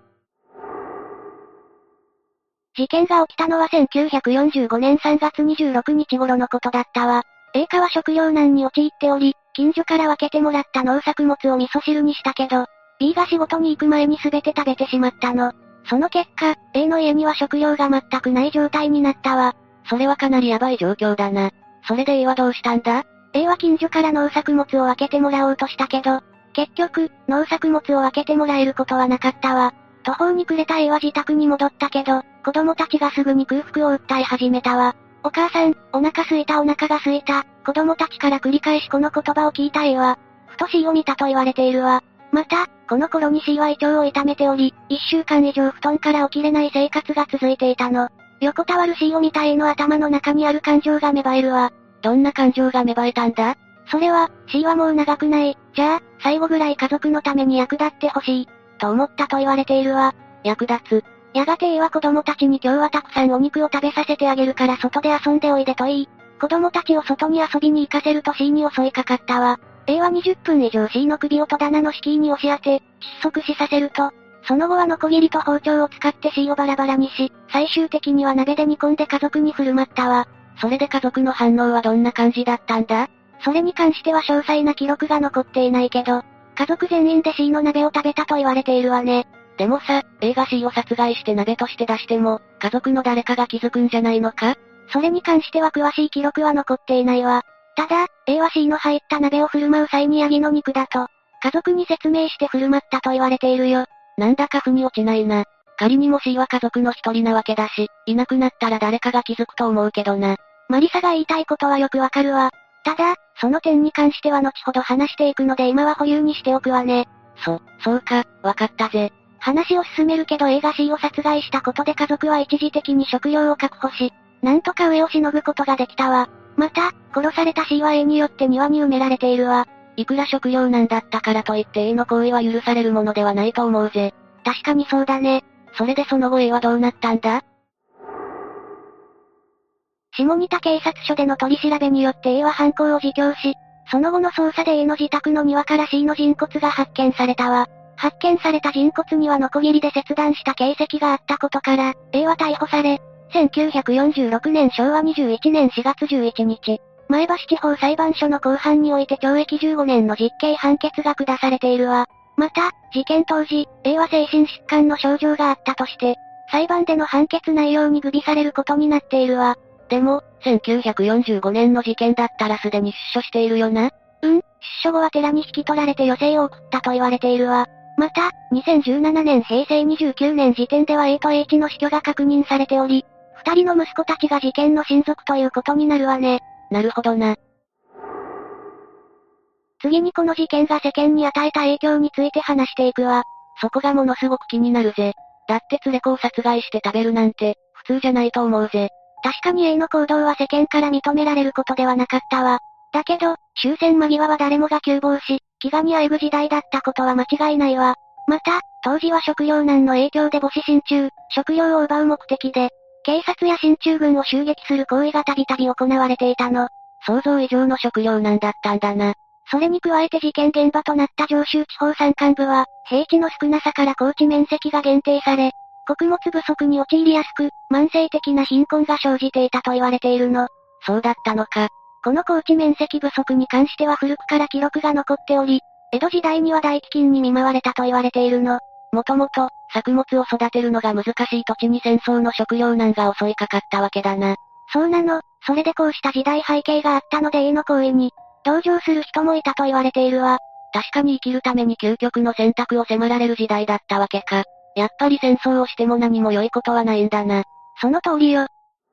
事件が起きたのは1945年3月26日頃のことだったわ。A 家は食糧難に陥っており、近所から分けてもらった農作物を味噌汁にしたけど、B が仕事に行く前に全て食べてしまったの。その結果、A の家には食料が全くない状態になったわ。 それはかなりヤバい状況だな。それで A はどうしたんだ？ A は近所から農作物を分けてもらおうとしたけど、結局、農作物を分けてもらえることはなかったわ。途方に暮れた A は自宅に戻ったけど、子供たちがすぐに空腹を訴え始めたわ。お母さん、お腹すいたお腹がすいた、子供たちから繰り返しこの言葉を聞いた A は、ふと C を見たと言われているわ。また、この頃に C は胃腸を痛めており、1週間以上布団から起きれない生活が続いていたの。横たわる C を見た A の頭の中にある感情が芽生えるわ。 どんな感情が芽生えたんだ？ それは、C はもう長くない。じゃあ、最後ぐらい家族のために役立ってほしい。と思ったと言われているわ。 役立つ。 やがて A は子供たちに今日はたくさんお肉を食べさせてあげるから外で遊んでおいでと言い、子供たちを外に遊びに行かせると C に襲いかかったわ。A は20分以上 C の首を戸棚の敷居に押し当て、窒息死させると、その後はノコギリと包丁を使って C をバラバラにし、最終的には鍋で煮込んで家族に振る舞ったわ。 それで家族の反応はどんな感じだったんだ？ それに関しては詳細な記録が残っていないけど、家族全員で C の鍋を食べたと言われているわね。 でもさ、A が C を殺害して鍋として出しても、家族の誰かが気づくんじゃないのか？ それに関しては詳しい記録は残っていないわ。ただ、A は C の入った鍋を振る舞う際にヤギの肉だと、家族に説明して振る舞ったと言われているよ。 なんだか腑に落ちないな。仮にも C は家族の一人なわけだし、いなくなったら誰かが気づくと思うけどな。 マリサが言いたいことはよくわかるわ。ただ、その点に関しては後ほど話していくので今は保留にしておくわね。 そうか、わかったぜ。 話を進めるけど A が C を殺害したことで家族は一時的に食料を確保し、なんとか上をしのぐことができたわ。また、殺された C は A によって庭に埋められているわ。 いくら食料難だったからといって A の行為は許されるものではないと思うぜ。 確かにそうだね。 それでその後 A はどうなったんだ？ 下仁田警察署での取り調べによって A は犯行を自供し、その後の捜査で A の自宅の庭から C の人骨が発見されたわ。発見された人骨にはノコギリで切断した形跡があったことから、A は逮捕され、1946年昭和21年4月11日、前橋地方裁判所の公判において懲役15年の実刑判決が下されているわ。また、事件当時、A は精神疾患の症状があったとして、裁判での判決内容に具備されることになっているわ。 でも、1945年の事件だったらすでに出所しているよな。 出所後は寺に引き取られて余生を送ったと言われているわ。また、2017年平成29年時点では A と H の死去が確認されており、二人の息子たちが事件の親族ということになるわね。 なるほどな。 次にこの事件が世間に与えた影響について話していくわ。 そこがものすごく気になるぜ。だって連れ子を殺害して食べるなんて、普通じゃないと思うぜ。 確かに A の行動は世間から認められることではなかったわ。だけど、終戦間際は誰もが窮乏し、飢餓にあえぐ時代だったことは間違いないわ。また、当時は食糧難の影響で母子心中、食料を奪う目的で、警察や進駐軍を襲撃する行為がたびたび行われていたの。 想像以上の食糧難だったんだな。 それに加えて事件現場となった上州地方山間部は、平地の少なさから耕地面積が限定され、穀物不足に陥りやすく、慢性的な貧困が生じていたと言われているの。 そうだったのか。 この耕地面積不足に関しては古くから記録が残っており、江戸時代には大飢饉に見舞われたと言われているの。 もともと、作物を育てるのが難しい土地に戦争の食糧難が襲いかかったわけだな。 そうなの。それでこうした時代背景があったので A の行為に、同情する人もいたと言われているわ。 確かに生きるために究極の選択を迫られる時代だったわけか。やっぱり戦争をしても何も良いことはないんだな。 その通りよ。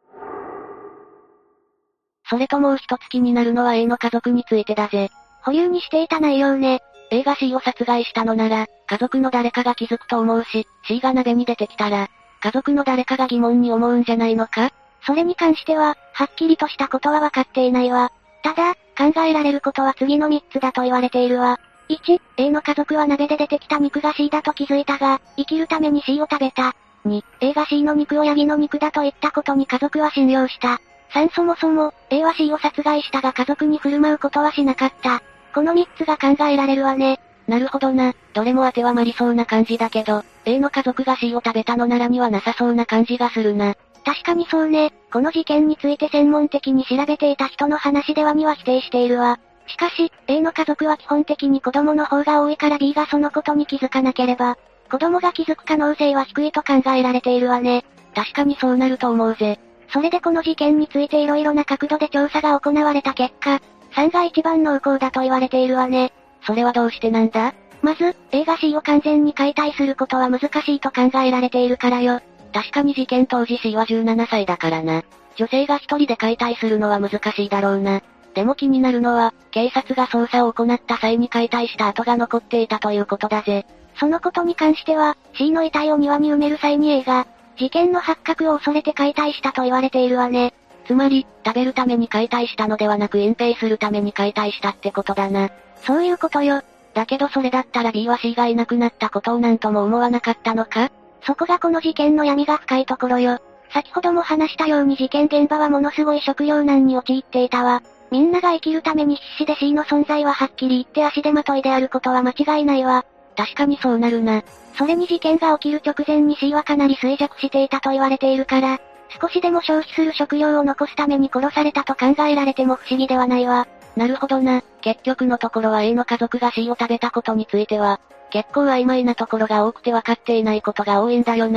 それともう一つ気になるのは A の家族についてだぜ。 保留にしていた内容ね。 A が C を殺害したのなら、家族の誰かが気づくと思うし、C が鍋に出てきたら、家族の誰かが疑問に思うんじゃないのか？ それに関しては、はっきりとしたことは分かっていないわ。ただ、考えられることは次の3つだと言われているわ。1、A の家族は鍋で出てきた肉が C だと気づいたが、生きるために C を食べた。2、A が C の肉をヤギの肉だと言ったことに家族は信用した。3、そもそも、A は C を殺害したが家族に振る舞うことはしなかった。この3つが考えられるわね。 なるほどな。どれも当てはまりそうな感じだけど、A の家族が C を食べたのならにはなさそうな感じがするな。 確かにそうね。この事件について専門的に調べていた人の話では2は否定しているわ。しかし、A の家族は基本的に子供の方が多いから B がそのことに気づかなければ、子供が気づく可能性は低いと考えられているわね。 確かにそうなると思うぜ。 それでこの事件について色々な角度で調査が行われた結果、3が一番濃厚だと言われているわね。 それはどうしてなんだ？ まず、A が C を完全に解体することは難しいと考えられているからよ。 確かに事件当時 C は17歳だからな。女性が一人で解体するのは難しいだろうな。でも気になるのは、警察が捜査を行った際に解体した跡が残っていたということだぜ。 そのことに関しては、C の遺体を庭に埋める際に A が、事件の発覚を恐れて解体したと言われているわね。 つまり、食べるために解体したのではなく隠蔽するために解体したってことだな。 そういうことよ。 だけどそれだったら B は C がいなくなったことをなんとも思わなかったのか？ そこがこの事件の闇が深いところよ。先ほども話したように事件現場はものすごい食糧難に陥っていたわ。みんなが生きるために必死で C の存在ははっきり言って足手まといであることは間違いないわ。 確かにそうなるな。 それに事件が起きる直前に C はかなり衰弱していたと言われているから、少しでも消費する食料を残すために殺されたと考えられても不思議ではないわ。 なるほどな。結局のところは A の家族が C を食べたことについては、結構曖昧なところが多くて分かっていないことが多いんだよな。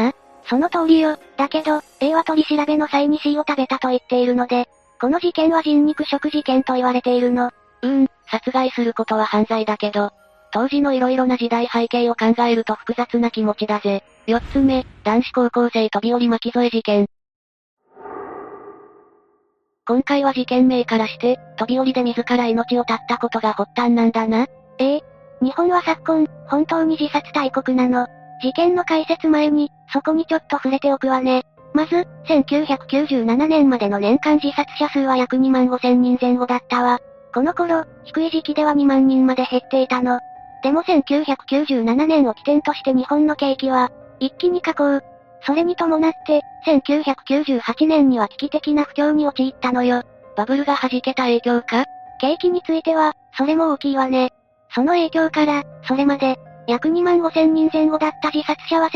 その通りよ。だけど、A は取り調べの際に C を食べたと言っているので、この事件は人肉食事件と言われているの。 殺害することは犯罪だけど、当時の色々な時代背景を考えると複雑な気持ちだぜ。4つ目、男子高校生飛び降り巻き添え事件。今回は事件名からして、飛び降りで自ら命を絶ったことが発端なんだな。 日本は昨今、本当に自殺大国なの。事件の解説前に、そこにちょっと触れておくわね。まず、1997年までの年間自殺者数は約2万5千人前後だったわ。この頃、低い時期では2万人まで減っていたの。でも1997年を起点として日本の景気は、一気に下降。それに伴って、1998年には危機的な不況に陥ったのよ。 バブルが弾けた影響か？ 景気については、それも大きいわね。その影響から、それまで、約2万5千人前後だった自殺者は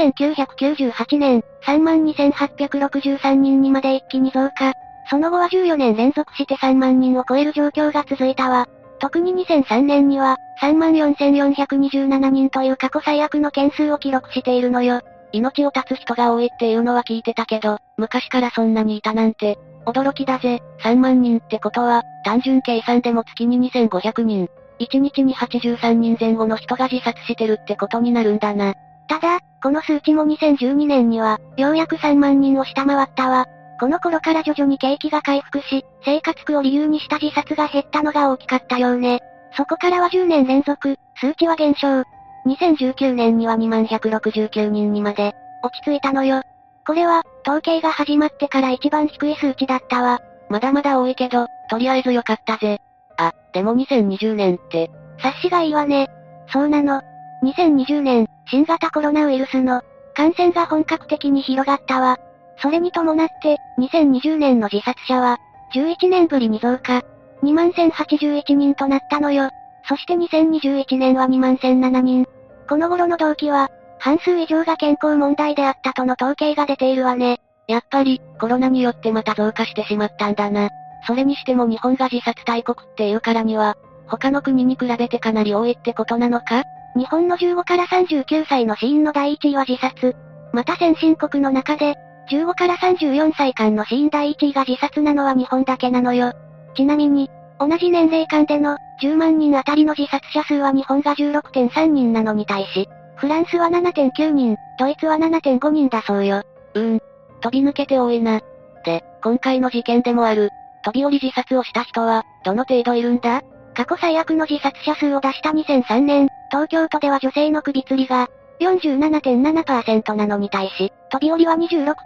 1998年、32,863人にまで一気に増加。その後は14年連続して3万人を超える状況が続いたわ。特に2003年には、34,427人という過去最悪の件数を記録しているのよ。 命を絶つ人が多いっていうのは聞いてたけど、昔からそんなにいたなんて、驚きだぜ。3万人ってことは、単純計算でも月に2500人。1日に83人前後の人が自殺してるってことになるんだな。 ただ、この数値も2012年には、ようやく3万人を下回ったわ。この頃から徐々に景気が回復し、生活苦を理由にした自殺が減ったのが大きかったようね。そこからは10年連続、数値は減少。2019年には2,169人にまで、落ち着いたのよ。これは、統計が始まってから一番低い数値だったわ。 まだまだ多いけど、とりあえず良かったぜ。でも2020年って。 察しがいいわね。そうなの。2020年、新型コロナウイルスの感染が本格的に広がったわ。それに伴って、2020年の自殺者は、11年ぶりに増加。21,081人となったのよ。そして2021年は21,007人。この頃の動機は、半数以上が健康問題であったとの統計が出ているわね。 やっぱり、コロナによってまた増加してしまったんだな。それにしても日本が自殺大国っていうからには、他の国に比べてかなり多いってことなのか？ 日本の15から39歳の死因の第1位は自殺。また先進国の中で、15から34歳間の死因第1位が自殺なのは日本だけなのよ。ちなみに、同じ年齢間での10万人あたりの自殺者数は日本が 16.3 人なのに対し、フランスは 7.9 人、ドイツは 7.5 人だそうよ。 飛び抜けて多いな。で、今回の事件でもある、飛び降り自殺をした人は、どの程度いるんだ？ 過去最悪の自殺者数を出した2003年、東京都では女性の首吊りが、47.7% なのに対し、飛び降りは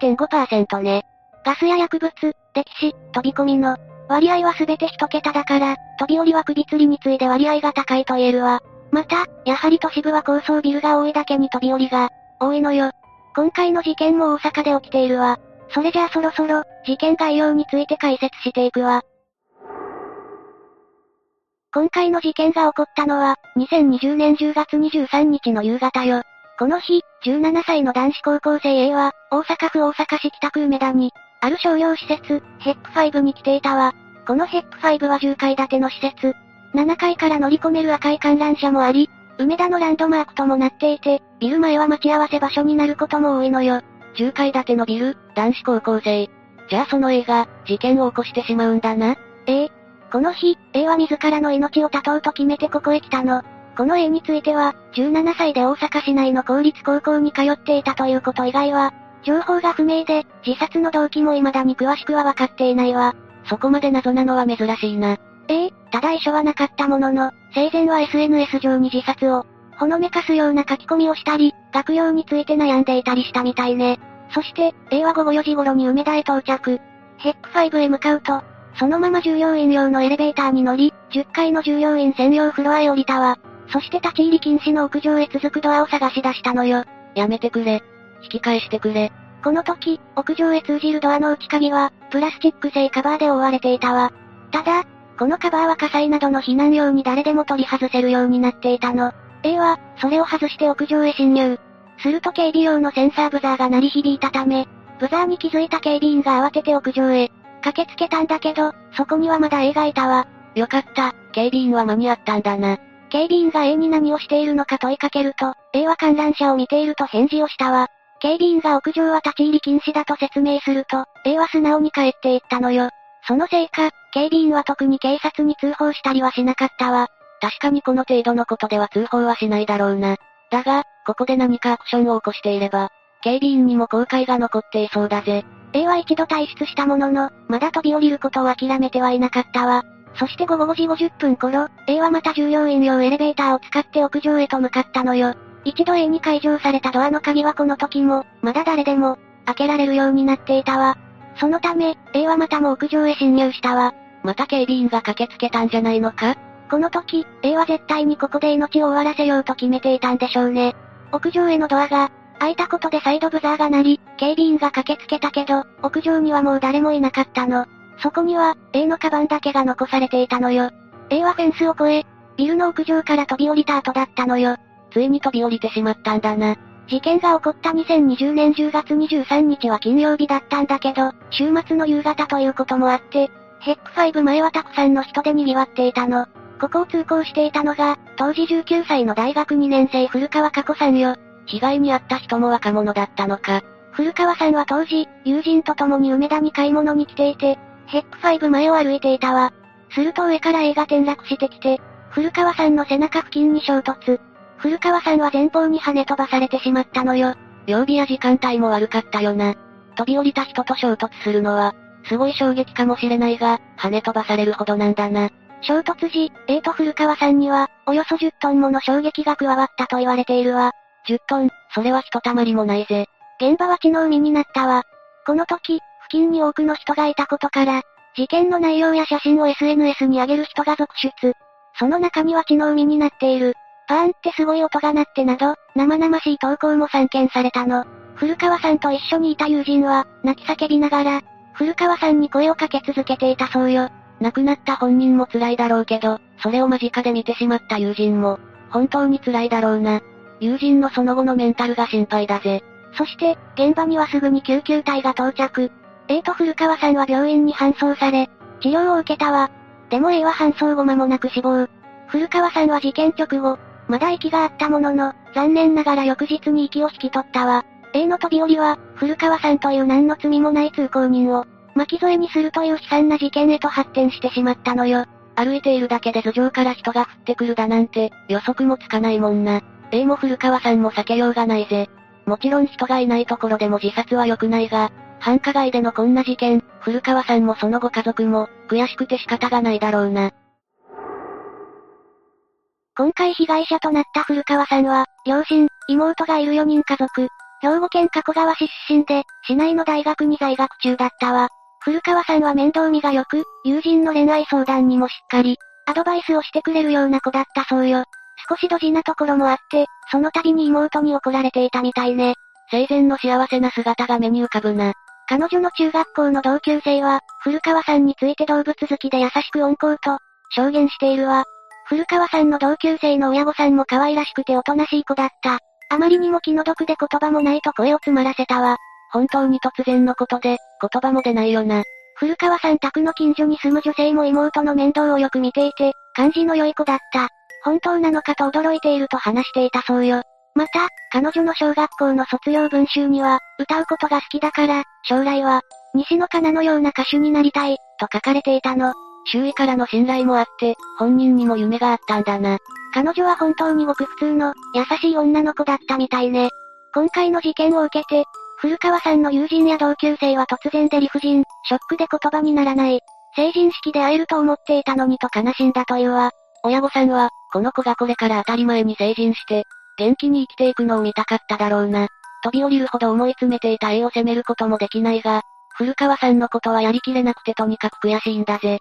26.5% ね。ガスや薬物、溺死、飛び込みの、割合はすべて一桁だから、飛び降りは首吊りに次いで割合が高いと言えるわ。また、やはり都市部は高層ビルが多いだけに飛び降りが、多いのよ。今回の事件も大阪で起きているわ。それじゃあそろそろ、事件概要について解説していくわ。今回の事件が起こったのは、2020年10月23日の夕方よ。この日、17歳の男子高校生 A は、大阪府大阪市北区梅田に、ある商業施設、ヘック5に来ていたわ。このヘック5は10階建ての施設。7階から乗り込める赤い観覧車もあり、梅田のランドマークともなっていて、ビル前は待ち合わせ場所になることも多いのよ。 10階建てのビル、男子高校生。じゃあその A が、事件を起こしてしまうんだな。 この日、A は自らの命を絶とうと決めてここへ来たの。この A については、17歳で大阪市内の公立高校に通っていたということ以外は、情報が不明で、自殺の動機も未だに詳しくは分かっていないわ。 そこまで謎なのは珍しいな。 ただ遺書はなかったものの、生前は SNS 上に自殺を、ほのめかすような書き込みをしたり、学業について悩んでいたりしたみたいね。そして、A は午後4時頃に梅田へ到着。ヘック5へ向かうと、そのまま従業員用のエレベーターに乗り、10階の従業員専用フロアへ降りたわ。そして立ち入り禁止の屋上へ続くドアを探し出したのよ。 やめてくれ。引き返してくれ。 この時、屋上へ通じるドアの内鍵は、プラスチック製カバーで覆われていたわ。ただ、このカバーは火災などの避難用に誰でも取り外せるようになっていたの。A は、それを外して屋上へ侵入。すると警備用のセンサーブザーが鳴り響いたため、ブザーに気づいた警備員が慌てて屋上へ駆けつけたんだけど、そこにはまだ A がいたわ。 よかった、警備員は間に合ったんだな。 警備員が A に何をしているのか問いかけると、A は観覧車を見ていると返事をしたわ。 警備員が屋上は立ち入り禁止だと説明すると、A は素直に帰っていったのよ。そのせいか、警備員は特に警察に通報したりはしなかったわ。 確かにこの程度のことでは通報はしないだろうな。だが、ここで何かアクションを起こしていれば、警備員にも後悔が残っていそうだぜ。 A は一度退出したものの、まだ飛び降りることを諦めてはいなかったわ。そして午後5時50分頃、A はまた従業員用エレベーターを使って屋上へと向かったのよ。一度 A に解錠されたドアの鍵はこの時も、まだ誰でも、開けられるようになっていたわ。そのため、A はまたも屋上へ侵入したわ。 また警備員が駆けつけたんじゃないのか？ この時、A は絶対にここで命を終わらせようと決めていたんでしょうね。屋上へのドアが、開いたことでサイドブザーが鳴り、警備員が駆けつけたけど、屋上にはもう誰もいなかったの。そこには、A のカバンだけが残されていたのよ。A はフェンスを越え、ビルの屋上から飛び降りた後だったのよ。 ついに飛び降りてしまったんだな。 事件が起こった2020年10月23日は金曜日だったんだけど、週末の夕方ということもあって、ヘック5前はたくさんの人で賑わっていたの。ここを通行していたのが、当時19歳の大学2年生古川佳子さんよ。 被害に遭った人も若者だったのか。 古川さんは当時、友人と共に梅田に買い物に来ていて、ヘック5前を歩いていたわ。すると上から A が転落してきて、古川さんの背中付近に衝突。古川さんは前方に跳ね飛ばされてしまったのよ。 曜日や時間帯も悪かったよな。飛び降りた人と衝突するのは、すごい衝撃かもしれないが、跳ね飛ばされるほどなんだな。 衝突時、A と古川さんには、およそ10トンもの衝撃が加わったと言われているわ。 10トン、それはひとたまりもないぜ。 現場は血の海になったわ。この時、付近に多くの人がいたことから、事件の内容や写真を SNS に上げる人が続出。その中には血の海になっている。パーンってすごい音が鳴ってなど、生々しい投稿も散見されたの。古川さんと一緒にいた友人は、泣き叫びながら、古川さんに声をかけ続けていたそうよ。 亡くなった本人も辛いだろうけど、それを間近で見てしまった友人も、本当に辛いだろうな。友人のその後のメンタルが心配だぜ。 そして、現場にはすぐに救急隊が到着。A と古川さんは病院に搬送され、治療を受けたわ。でも A は搬送後間もなく死亡。古川さんは事件直後、まだ息があったものの、残念ながら翌日に息を引き取ったわ。A の飛び降りは、古川さんという何の罪もない通行人を、巻き添えにするという悲惨な事件へと発展してしまったのよ。 歩いているだけで頭上から人が降ってくるだなんて、予測もつかないもんな。A も古川さんも避けようがないぜ。もちろん人がいないところでも自殺は良くないが、繁華街でのこんな事件、古川さんもそのご家族も、悔しくて仕方がないだろうな。 今回被害者となった古川さんは、両親、妹がいる4人家族。兵庫県加古川市出身で、市内の大学に在学中だったわ。古川さんは面倒見が良く、友人の恋愛相談にもしっかり、アドバイスをしてくれるような子だったそうよ。少しドジなところもあって、その度に妹に怒られていたみたいね。 生前の幸せな姿が目に浮かぶな。 彼女の中学校の同級生は、古川さんについて動物好きで優しく温厚と、証言しているわ。古川さんの同級生の親御さんも可愛らしくておとなしい子だった。あまりにも気の毒で言葉もないと声を詰まらせたわ。 本当に突然のことで、言葉も出ないよな。 古川さん宅の近所に住む女性も妹の面倒をよく見ていて、感じの良い子だった。本当なのかと驚いていると話していたそうよ。また、彼女の小学校の卒業文集には、歌うことが好きだから、将来は、西野カナのような歌手になりたい、と書かれていたの。 周囲からの信頼もあって、本人にも夢があったんだな。 彼女は本当にごく普通の、優しい女の子だったみたいね。今回の事件を受けて、古川さんの友人や同級生は突然で理不尽、ショックで言葉にならない。成人式で会えると思っていたのにと悲しんだというわ。 親御さんは、この子がこれから当たり前に成人して、元気に生きていくのを見たかっただろうな。飛び降りるほど思い詰めていた A を責めることもできないが、古川さんのことはやりきれなくてとにかく悔しいんだぜ。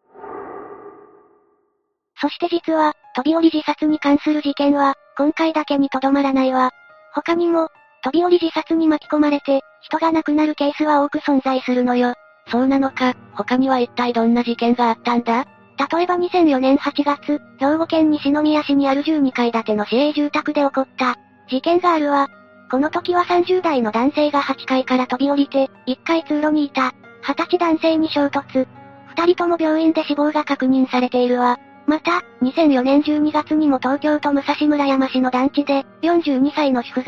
そして実は、飛び降り自殺に関する事件は、今回だけにとどまらないわ。他にも、飛び降り自殺に巻き込まれて、人が亡くなるケースは多く存在するのよ。 そうなのか、他には一体どんな事件があったんだ？ 例えば2004年8月、兵庫県西宮市にある12階建ての市営住宅で起こった、事件があるわ。この時は30代の男性が8階から飛び降りて、1階通路にいた、20歳男性に衝突。2人とも病院で死亡が確認されているわ。また、2004年12月にも東京都武蔵村山市の団地で、42歳の主婦が、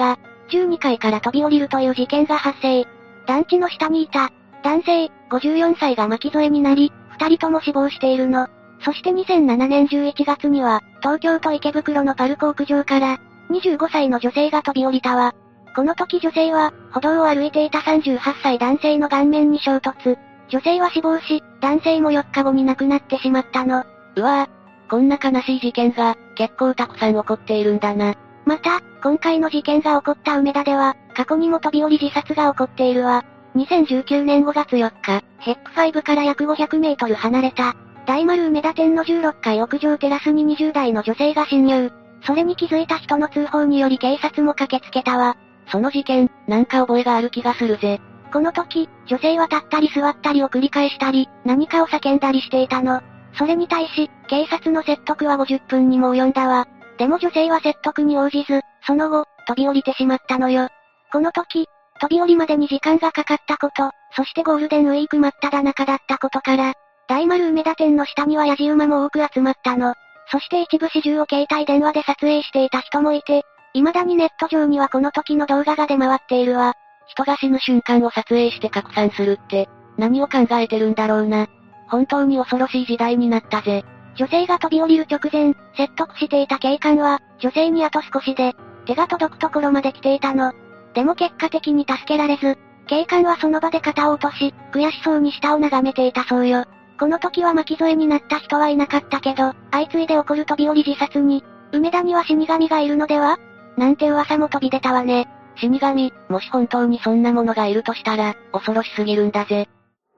12階から飛び降りるという事件が発生。団地の下にいた男性、54歳が巻き添えになり、2人とも死亡しているの。そして2007年11月には、東京都池袋のパルコ屋上から、25歳の女性が飛び降りたわ。この時女性は、歩道を歩いていた38歳男性の顔面に衝突。女性は死亡し、男性も4日後に亡くなってしまったの。 うわぁ、こんな悲しい事件が、結構たくさん起こっているんだな。 また、今回の事件が起こった梅田では、過去にも飛び降り自殺が起こっているわ。2019年5月4日、ヘップ5から約500メートル離れた、大丸梅田店の16階屋上テラスに20代の女性が侵入。それに気づいた人の通報により警察も駆けつけたわ。 その事件、なんか覚えがある気がするぜ。 この時、女性は立ったり座ったりを繰り返したり、何かを叫んだりしていたの。それに対し、警察の説得は50分にも及んだわ。でも女性は説得に応じず、その後、飛び降りてしまったのよ。この時、飛び降りまでに時間がかかったこと、そしてゴールデンウィーク真っ只中だったことから、大丸梅田店の下にはヤジ馬も多く集まったの。そして一部始終を携帯電話で撮影していた人もいて、未だにネット上にはこの時の動画が出回っているわ。 人が死ぬ瞬間を撮影して拡散するって、何を考えてるんだろうな。本当に恐ろしい時代になったぜ。 女性が飛び降りる直前、説得していた警官は、女性にあと少しで、手が届くところまで来ていたの。でも結果的に助けられず、警官はその場で肩を落とし、悔しそうに下を眺めていたそうよ。この時は巻き添えになった人はいなかったけど、相次いで起こる飛び降り自殺に、梅田には死神がいるのではなんて噂も飛び出たわね。 死神、もし本当にそんなものがいるとしたら、恐ろしすぎるんだぜ。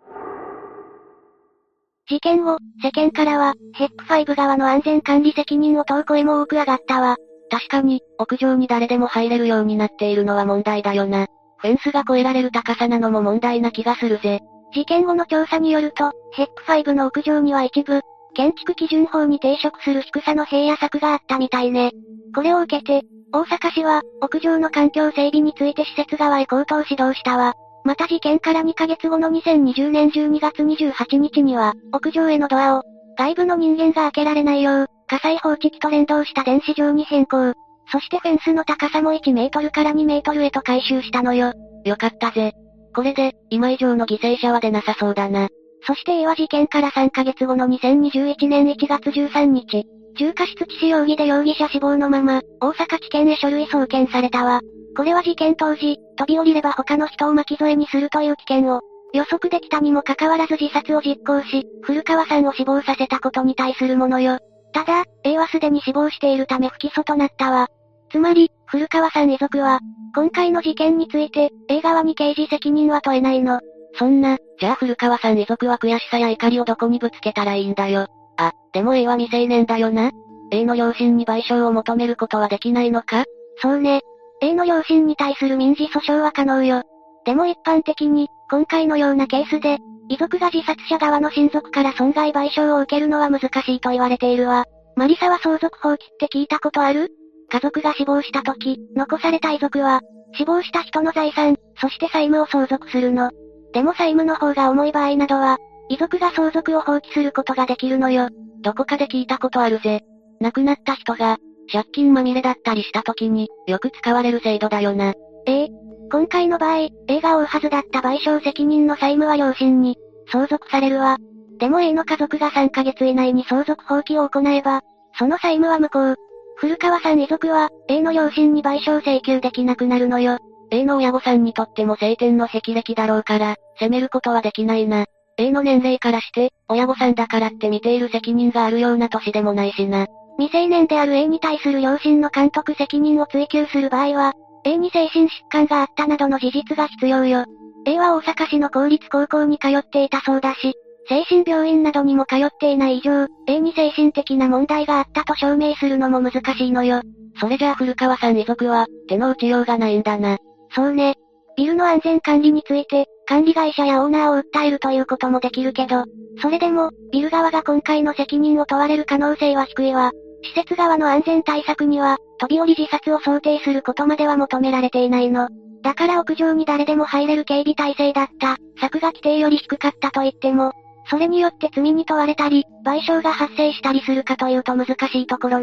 事件後、世間からは、ヘップ5側の安全管理責任を問う声も多く上がったわ。 確かに、屋上に誰でも入れるようになっているのは問題だよな。フェンスが越えられる高さなのも問題な気がするぜ。 事件後の調査によると、ヘップ5の屋上には一部、建築基準法に抵触する低さの塀や柵があったみたいね。これを受けて、大阪市は、屋上の環境整備について施設側へ口頭指導したわ。また事件から2ヶ月後の2020年12月28日には、屋上へのドアを、外部の人間が開けられないよう、火災報知器と連動した電子状に変更。そしてフェンスの高さも1メートルから2メートルへと改修したのよ。 よかったぜ。これで、今以上の犠牲者は出なさそうだな。 そして A は事件から3ヶ月後の2021年1月13日、重過失致死容疑で容疑者死亡のまま、大阪地検へ書類送検されたわ。これは事件当時、飛び降りれば他の人を巻き添えにするという危険を予測できたにもかかわらず自殺を実行し、古川さんを死亡させたことに対するものよ。ただ、A はすでに死亡しているため不起訴となったわ。つまり、古川さん遺族は、今回の事件について、A 側に刑事責任は問えないの。 そんな、じゃあ古川さん遺族は悔しさや怒りをどこにぶつけたらいいんだよ。あ、でも A は未成年だよな。A の両親に賠償を求めることはできないのか？ そうね。A の両親に対する民事訴訟は可能よ。でも一般的に、今回のようなケースで、遺族が自殺者側の親族から損害賠償を受けるのは難しいと言われているわ。マリサは相続放棄って聞いたことある？家族が死亡した時、残された遺族は、死亡した人の財産、そして債務を相続するの。でも債務の方が重い場合などは、遺族が相続を放棄することができるのよ。 どこかで聞いたことあるぜ。亡くなった人が、借金まみれだったりした時に、よく使われる制度だよな。 今回の場合、A が負うはずだった賠償責任の債務は両親に、相続されるわ。でも A の家族が3ヶ月以内に相続放棄を行えば、その債務は無効。古川さん遺族は、A の両親に賠償請求できなくなるのよ。 A の親御さんにとっても晴天の霹靂だろうから、責めることはできないな。A の年齢からして、親御さんだからって見ている責任があるような年でもないしな。 未成年である A に対する両親の監督責任を追及する場合は、A に精神疾患があったなどの事実が必要よ。A は大阪市の公立高校に通っていたそうだし、精神病院などにも通っていない以上、A に精神的な問題があったと証明するのも難しいのよ。 それじゃあ古川さん遺族は、手の打ちようがないんだな。 そうね。ビルの安全管理について、管理会社やオーナーを訴えるということもできるけど、それでも、ビル側が今回の責任を問われる可能性は低いわ。施設側の安全対策には、飛び降り自殺を想定することまでは求められていないの。だから屋上に誰でも入れる警備体制だった、柵が規定より低かったと言っても、それによって罪に問われたり、賠償が発生したりするかというと難しいところね。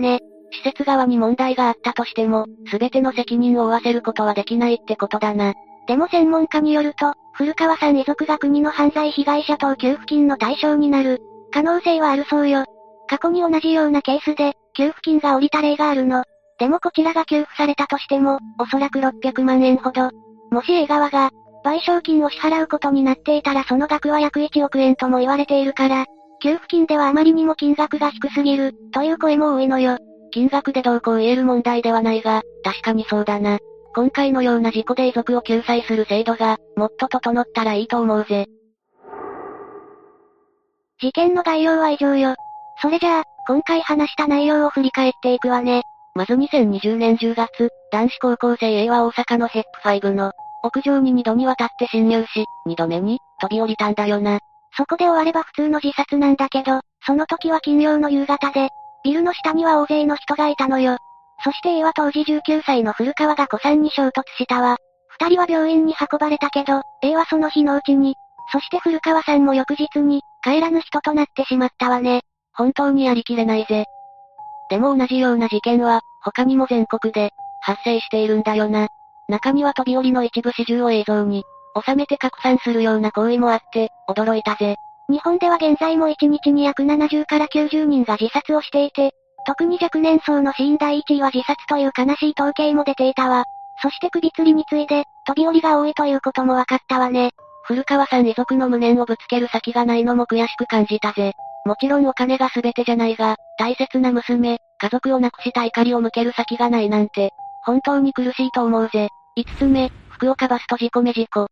施設側に問題があったとしても、すべての責任を負わせることはできないってことだな。 でも専門家によると、古川さん遺族が国の犯罪被害者等給付金の対象になる可能性はあるそうよ。過去に同じようなケースで、給付金が下りた例があるの。でもこちらが給付されたとしても、おそらく600万円ほど。もし A 側が、賠償金を支払うことになっていたらその額は約1億円とも言われているから、給付金ではあまりにも金額が低すぎる、という声も多いのよ。 金額でどうこう言える問題ではないが、確かにそうだな。今回のような事故で遺族を救済する制度が、もっと整ったらいいと思うぜ。 事件の概要は以上よ。それじゃあ、今回話した内容を振り返っていくわね。 まず2020年10月、男子高校生 A は大阪のヘップ5の屋上に2度にわたって侵入し、2度目に飛び降りたんだよな。 そこで終われば普通の自殺なんだけど、その時は金曜の夕方で、ビルの下には大勢の人がいたのよ。そして A は当時19歳の古川が子さんに衝突したわ。二人は病院に運ばれたけど、A はその日のうちに、そして古川さんも翌日に、帰らぬ人となってしまったわね。 本当にやりきれないぜ。でも同じような事件は、他にも全国で、発生しているんだよな。中には飛び降りの一部始終を映像に、収めて拡散するような行為もあって、驚いたぜ。 日本では現在も1日に約70から90人が自殺をしていて、特に若年層の死因第1位は自殺という悲しい統計も出ていたわ。そして首吊りに次いで、飛び降りが多いということも分かったわね。 古川さん遺族の無念をぶつける先がないのも悔しく感じたぜ。もちろんお金が全てじゃないが、大切な娘、家族を亡くした怒りを向ける先がないなんて、本当に苦しいと思うぜ。5つ目、福岡バス閉じ込め事故。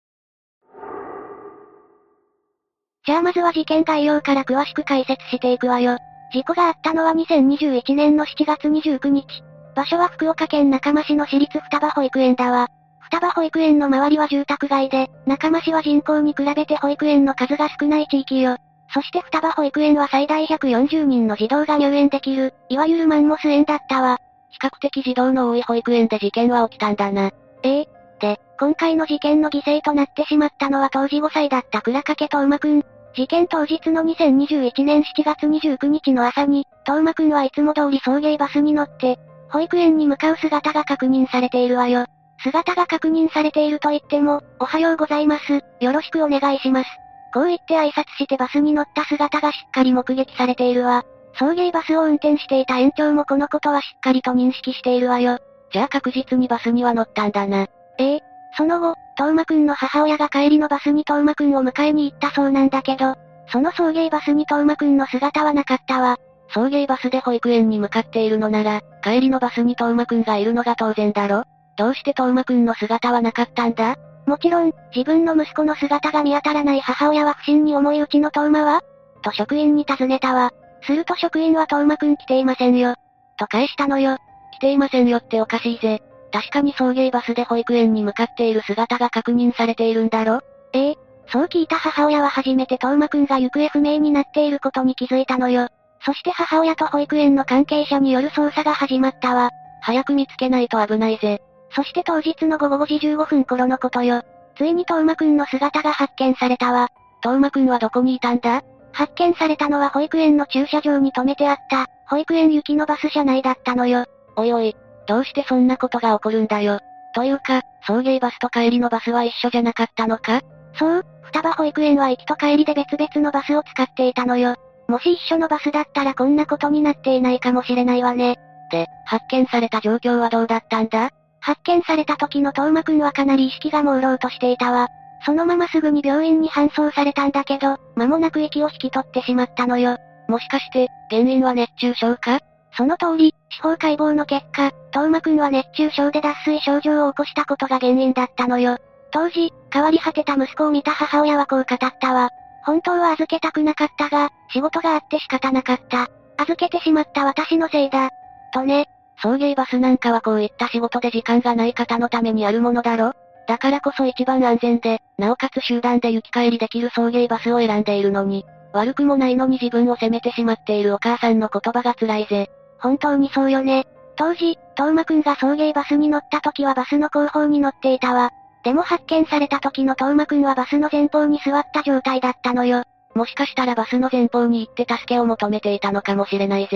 じゃあまずは事件概要から詳しく解説していくわよ。事故があったのは2021年の7月29日。場所は福岡県中間市の私立双葉保育園だわ。双葉保育園の周りは住宅街で、中間市は人口に比べて保育園の数が少ない地域よ。そして双葉保育園は最大140人の児童が入園できる、いわゆるマンモス園だったわ。 比較的児童の多い保育園で事件は起きたんだな。 で、今回の事件の犠牲となってしまったのは当時5歳だった倉掛斗真くん。事件当日の2021年7月29日の朝に、斗真くんはいつも通り送迎バスに乗って、保育園に向かう姿が確認されているわよ。姿が確認されていると言っても、おはようございます、よろしくお願いします。こう言って挨拶してバスに乗った姿がしっかり目撃されているわ。送迎バスを運転していた園長もこのことはしっかりと認識しているわよ。 じゃあ確実にバスには乗ったんだな。 その後、斗真くんの母親が帰りのバスに斗真くんを迎えに行ったそうなんだけど、その送迎バスに斗真くんの姿はなかったわ。 送迎バスで保育園に向かっているのなら、帰りのバスに斗真くんがいるのが当然だろ？どうして斗真くんの姿はなかったんだ？ もちろん、自分の息子の姿が見当たらない母親は不審に思いうちの斗真はと職員に尋ねたわ。すると職員は斗真くん来ていませんよ。と返したのよ。 来ていませんよっておかしいぜ。確かに送迎バスで保育園に向かっている姿が確認されているんだろ？ そう聞いた母親は初めて斗真くんが行方不明になっていることに気づいたのよ。そして母親と保育園の関係者による捜査が始まったわ。 早く見つけないと危ないぜ。 そして当日の午後5時15分頃のことよ。ついに斗真くんの姿が発見されたわ。 斗真くんはどこにいたんだ？ 発見されたのは保育園の駐車場に止めてあった、保育園行きのバス車内だったのよ。 おいおい、どうしてそんなことが起こるんだよ。というか、送迎バスと帰りのバスは一緒じゃなかったのか？ そう、双葉保育園は行きと帰りで別々のバスを使っていたのよ。もし一緒のバスだったらこんなことになっていないかもしれないわね。 で、発見された状況はどうだったんだ？ 発見された時の斗真くんはかなり意識が朦朧としていたわ。そのまますぐに病院に搬送されたんだけど、間もなく息を引き取ってしまったのよ。 もしかして、原因は熱中症か？ その通り、司法解剖の結果、斗真くんは熱中症で脱水症状を起こしたことが原因だったのよ。当時、変わり果てた息子を見た母親はこう語ったわ。本当は預けたくなかったが、仕事があって仕方なかった。預けてしまった私のせいだ。とね。 送迎バスなんかはこういった仕事で時間がない方のためにあるものだろ？だからこそ一番安全で、なおかつ集団で行き帰りできる送迎バスを選んでいるのに、悪くもないのに自分を責めてしまっているお母さんの言葉が辛いぜ。 本当にそうよね。当時、斗真くんが送迎バスに乗った時はバスの後方に乗っていたわ。でも発見された時の斗真くんはバスの前方に座った状態だったのよ。 もしかしたらバスの前方に行って助けを求めていたのかもしれないぜ。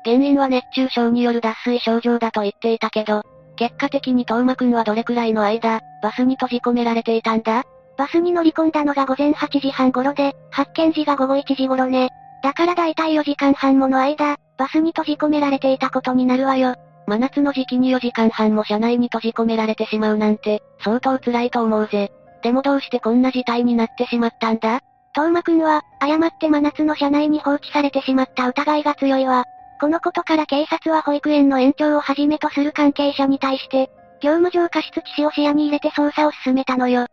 原因は熱中症による脱水症状だと言っていたけど、結果的にトーマくんはどれくらいの間、バスに閉じ込められていたんだ？ バスに乗り込んだのが午前8時半頃で、発見時が午後1時頃ね。だからだいたい4時間半もの間、バスに閉じ込められていたことになるわよ。 真夏の時期に4時間半も車内に閉じ込められてしまうなんて、相当辛いと思うぜ。でもどうしてこんな事態になってしまったんだ？ トーマくんは、誤って真夏の車内に放置されてしまった疑いが強いわ。このことから警察は保育園の園長をはじめとする関係者に対して、業務上過失致死を視野に入れて捜査を進めたのよ。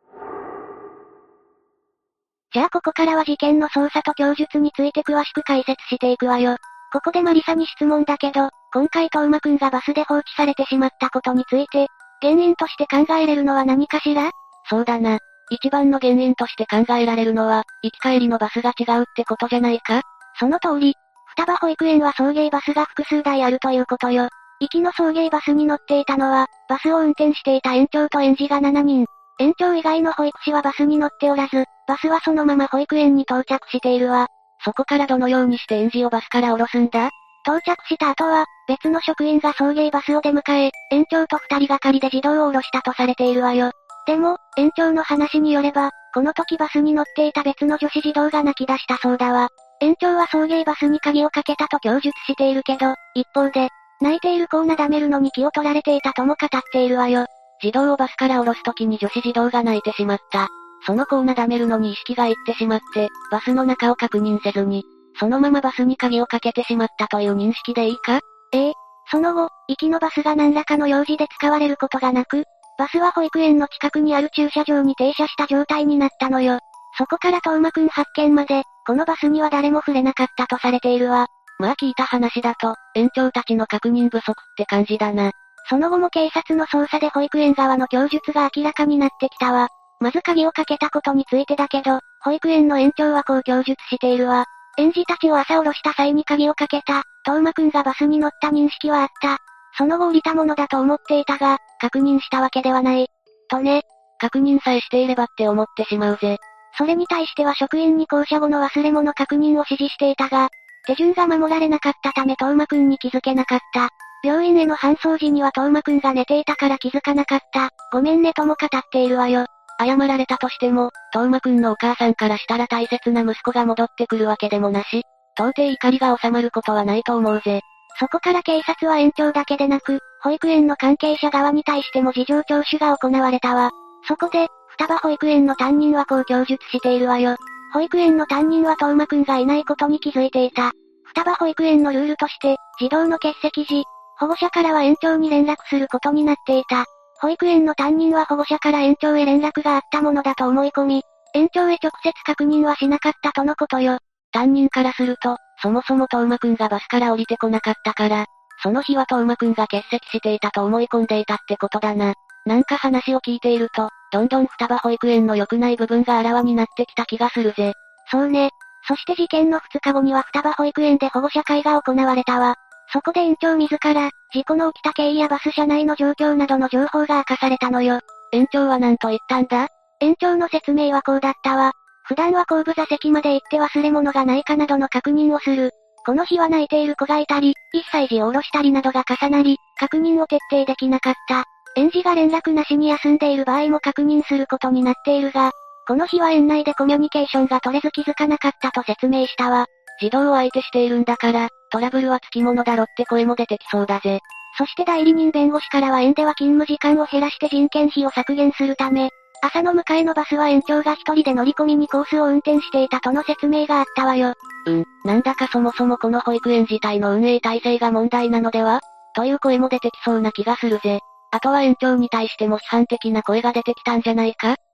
じゃあここからは事件の捜査と供述について詳しく解説していくわよ。ここでマリサに質問だけど、今回トーマくんがバスで放置されてしまったことについて、原因として考えれるのは何かしら？ そうだな。一番の原因として考えられるのは、行き帰りのバスが違うってことじゃないか？ その通り。双葉保育園は送迎バスが複数台あるということよ。行きの送迎バスに乗っていたのは、バスを運転していた園長と園児が7人。園長以外の保育士はバスに乗っておらず、バスはそのまま保育園に到着しているわ。 そこからどのようにして園児をバスから降ろすんだ？ 到着した後は、別の職員が送迎バスを出迎え、園長と2人がかりで児童を降ろしたとされているわよ。でも、園長の話によれば、この時バスに乗っていた別の女子児童が泣き出したそうだわ。園長は送迎バスに鍵をかけたと供述しているけど、一方で、泣いている子をなだめるのに気を取られていたとも語っているわよ。 児童をバスから降ろす時に女子児童が泣いてしまった。その子をなだめるのに意識がいってしまって、バスの中を確認せずに、そのままバスに鍵をかけてしまったという認識でいいか？ その後、行きのバスが何らかの用事で使われることがなく、バスは保育園の近くにある駐車場に停車した状態になったのよ。そこからトーマくん発見まで、このバスには誰も触れなかったとされているわ。 まあ聞いた話だと、園長たちの確認不足って感じだな。 その後も警察の捜査で保育園側の供述が明らかになってきたわ。まず鍵をかけたことについてだけど、保育園の園長はこう供述しているわ。園児たちを朝降ろした際に鍵をかけた、トーマくんがバスに乗った認識はあった。その後降りたものだと思っていたが、確認したわけではない。とね。 確認さえしていればって思ってしまうぜ。 それに対しては職員に降車後の忘れ物確認を指示していたが、手順が守られなかったためトーマくんに気づけなかった。病院への搬送時にはトーマくんが寝ていたから気づかなかった。ごめんねとも語っているわよ。 謝られたとしても、トーマくんのお母さんからしたら大切な息子が戻ってくるわけでもなし、到底怒りが収まることはないと思うぜ。 そこから警察は園長だけでなく、保育園の関係者側に対しても事情聴取が行われたわ。そこで、双葉保育園の担任はこう供述しているわよ。保育園の担任はトーマくんがいないことに気づいていた。双葉保育園のルールとして、児童の欠席時、保護者からは園長に連絡することになっていた。保育園の担任は保護者から園長へ連絡があったものだと思い込み、園長へ直接確認はしなかったとのことよ。 担任からすると、そもそもトーマくんがバスから降りてこなかったから、その日はトーマくんが欠席していたと思い込んでいたってことだな。なんか話を聞いていると、どんどん双葉保育園の良くない部分があらわになってきた気がするぜ。 そうね。そして事件の2日後には双葉保育園で保護者会が行われたわ。そこで園長自ら、事故の起きた経緯やバス車内の状況などの情報が明かされたのよ。 園長は何と言ったんだ？ 園長の説明はこうだったわ。普段は後部座席まで行って忘れ物がないかなどの確認をする。この日は泣いている子がいたり、1歳児を降ろしたりなどが重なり、確認を徹底できなかった。園児が連絡なしに休んでいる場合も確認することになっているが、この日は園内でコミュニケーションが取れず気づかなかったと説明したわ。 児童を相手しているんだから、トラブルはつきものだろって声も出てきそうだぜ。 そして代理人弁護士からは園では勤務時間を減らして人件費を削減するため、朝の迎えのバスは園長が一人で乗り込みにコースを運転していたとの説明があったわよ。 なんだかそもそもこの保育園自体の運営体制が問題なのでは？という声も出てきそうな気がするぜ。あとは園長に対しても批判的な声が出てきたんじゃないか？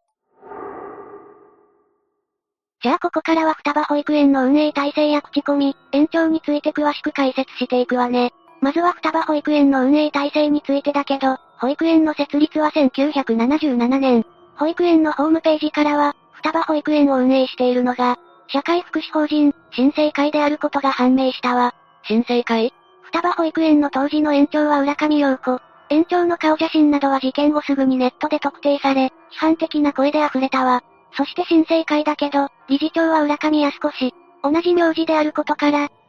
じゃあここからは双葉保育園の運営体制や口コミ、園長について詳しく解説していくわね。まずは双葉保育園の運営体制についてだけど、保育園の設立は1977年。保育園のホームページからは、双葉保育園を運営しているのが、社会福祉法人、新生会であることが判明したわ。 新生会？ 双葉保育園の当時の園長は浦上陽子。園長の顔写真などは事件後すぐにネットで特定され、批判的な声で溢れたわ。そして新生会だけど、理事長は浦上靖子氏。同じ名字であることから、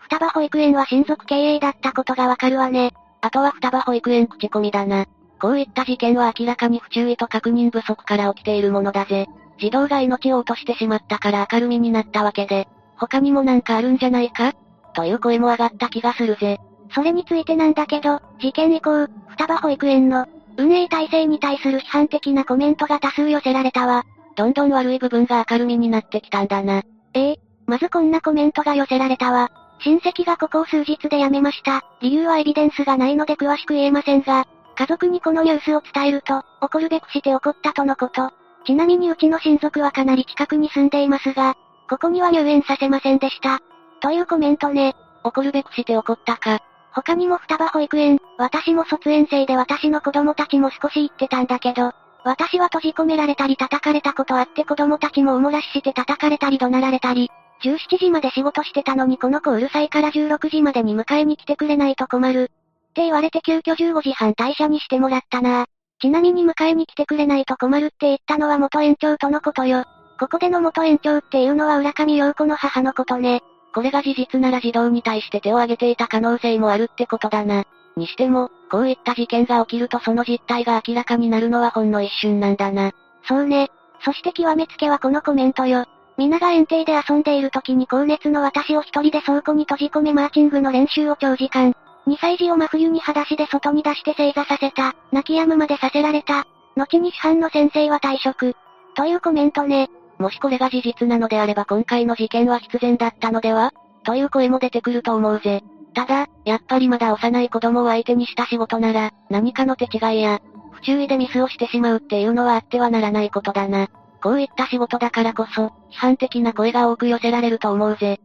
双葉保育園は親族経営だったことがわかるわね。 あとは双葉保育園口コミだな。こういった事件は明らかに不注意と確認不足から起きているものだぜ。児童が命を落としてしまったから明るみになったわけで、他にもなんかあるんじゃないかという声も上がった気がするぜ。 それについてなんだけど、事件以降、双葉保育園の運営体制に対する批判的なコメントが多数寄せられたわ。 どんどん悪い部分が明るみになってきたんだな。 まずこんなコメントが寄せられたわ。親戚がここを数日で辞めました。理由はエビデンスがないので詳しく言えませんが、家族にこのニュースを伝えると、怒るべくして怒ったとのこと。ちなみにうちの親族はかなり近くに住んでいますが、ここには入園させませんでした。というコメントね。 怒るべくして怒ったか。 他にも双葉保育園、私も卒園生で私の子供たちも少し行ってたんだけど、私は閉じ込められたり叩かれたことあって子供たちもおもらしして叩かれたり怒鳴られたり、17時まで仕事してたのにこの子うるさいから16時までに迎えに来てくれないと困る。って言われて急遽15時半退社にしてもらったな。ちなみに迎えに来てくれないと困るって言ったのは元園長とのことよ。ここでの元園長っていうのは浦上陽子の母のことね。 これが事実なら児童に対して手を挙げていた可能性もあるってことだな。にしても、こういった事件が起きるとその実態が明らかになるのはほんの一瞬なんだな。 そうね。そして極めつけはこのコメントよ。皆が園庭で遊んでいる時に高熱の私を一人で倉庫に閉じ込めマーチングの練習を長時間。2歳児を真冬に裸足で外に出して正座させた。泣き止むまでさせられた。後に主犯の先生は退職。というコメントね。 もしこれが事実なのであれば今回の事件は必然だったのではという声も出てくると思うぜ。ただ、やっぱりまだ幼い子供を相手にした仕事なら、何かの手違いや、不注意でミスをしてしまうっていうのはあってはならないことだな。こういった仕事だからこそ、批判的な声が多く寄せられると思うぜ。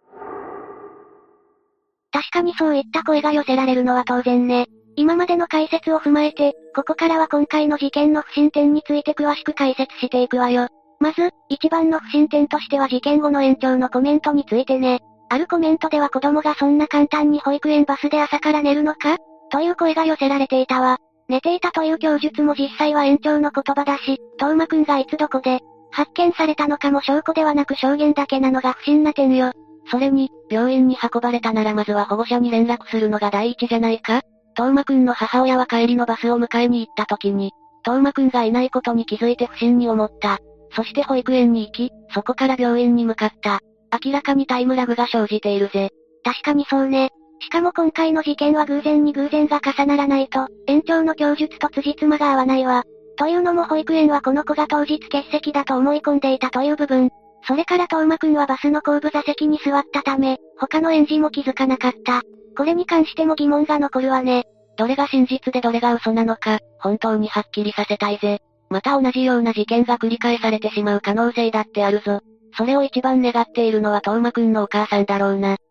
確かにそういった声が寄せられるのは当然ね。今までの解説を踏まえて、ここからは今回の事件の不審点について詳しく解説していくわよ。まず、一番の不審点としては事件後の園長のコメントについてね。あるコメントでは子供がそんな簡単に保育園バスで朝から寝るのかという声が寄せられていたわ。寝ていたという供述も実際は園長の言葉だし、斗真くんがいつどこで発見されたのかも証拠ではなく証言だけなのが不審な点よ。 それに、病院に運ばれたならまずは保護者に連絡するのが第一じゃないか。斗真くんの母親は帰りのバスを迎えに行った時に、斗真くんがいないことに気づいて不審に思った。そして保育園に行き、そこから病院に向かった。明らかにタイムラグが生じているぜ。 確かにそうね。しかも今回の事件は偶然に偶然が重ならないと、園長の供述と辻褄が合わないわ。というのも保育園はこの子が当日欠席だと思い込んでいたという部分。それから斗真くんはバスの後部座席に座ったため、他の園児も気づかなかった。これに関しても疑問が残るわね。 どれが真実でどれが嘘なのか、本当にはっきりさせたいぜ。また同じような事件が繰り返されてしまう可能性だってあるぞ。それを一番願っているのは斗真くんのお母さんだろうな。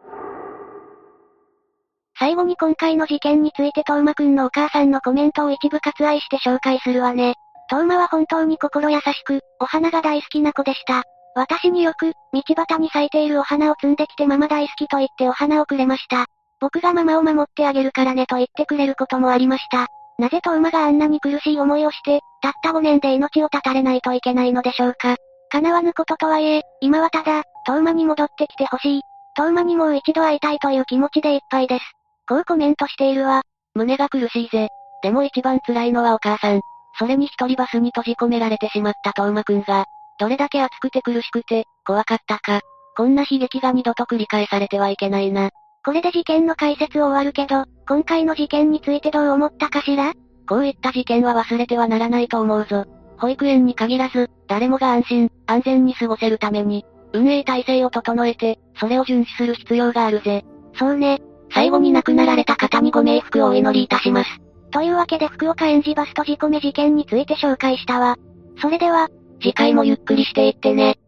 最後に今回の事件について斗真くんのお母さんのコメントを一部割愛して紹介するわね。斗真は本当に心優しく、お花が大好きな子でした。私によく、道端に咲いているお花を摘んできてママ大好きと言ってお花をくれました。僕がママを守ってあげるからねと言ってくれることもありました。なぜ斗真があんなに苦しい思いをして、たった5年で命を絶たれないといけないのでしょうか。叶わぬこととはいえ、今はただ、斗真に戻ってきてほしい。斗真にもう一度会いたいという気持ちでいっぱいです。こうコメントしているわ。 胸が苦しいぜ。でも一番辛いのはお母さん。それに一人バスに閉じ込められてしまった斗真くんが、どれだけ熱くて苦しくて、怖かったか。こんな悲劇が二度と繰り返されてはいけないな。 これで事件の解説を終わるけど、今回の事件についてどう思ったかしら？ こういった事件は忘れてはならないと思うぞ。保育園に限らず、誰もが安心、安全に過ごせるために、運営体制を整えて、それを遵守する必要があるぜ。 そうね。 最後に亡くなられた方にご冥福をお祈りいたします。 というわけで福岡園児バス閉じ込め事件について紹介したわ。それでは、 次回もゆっくりしていってね。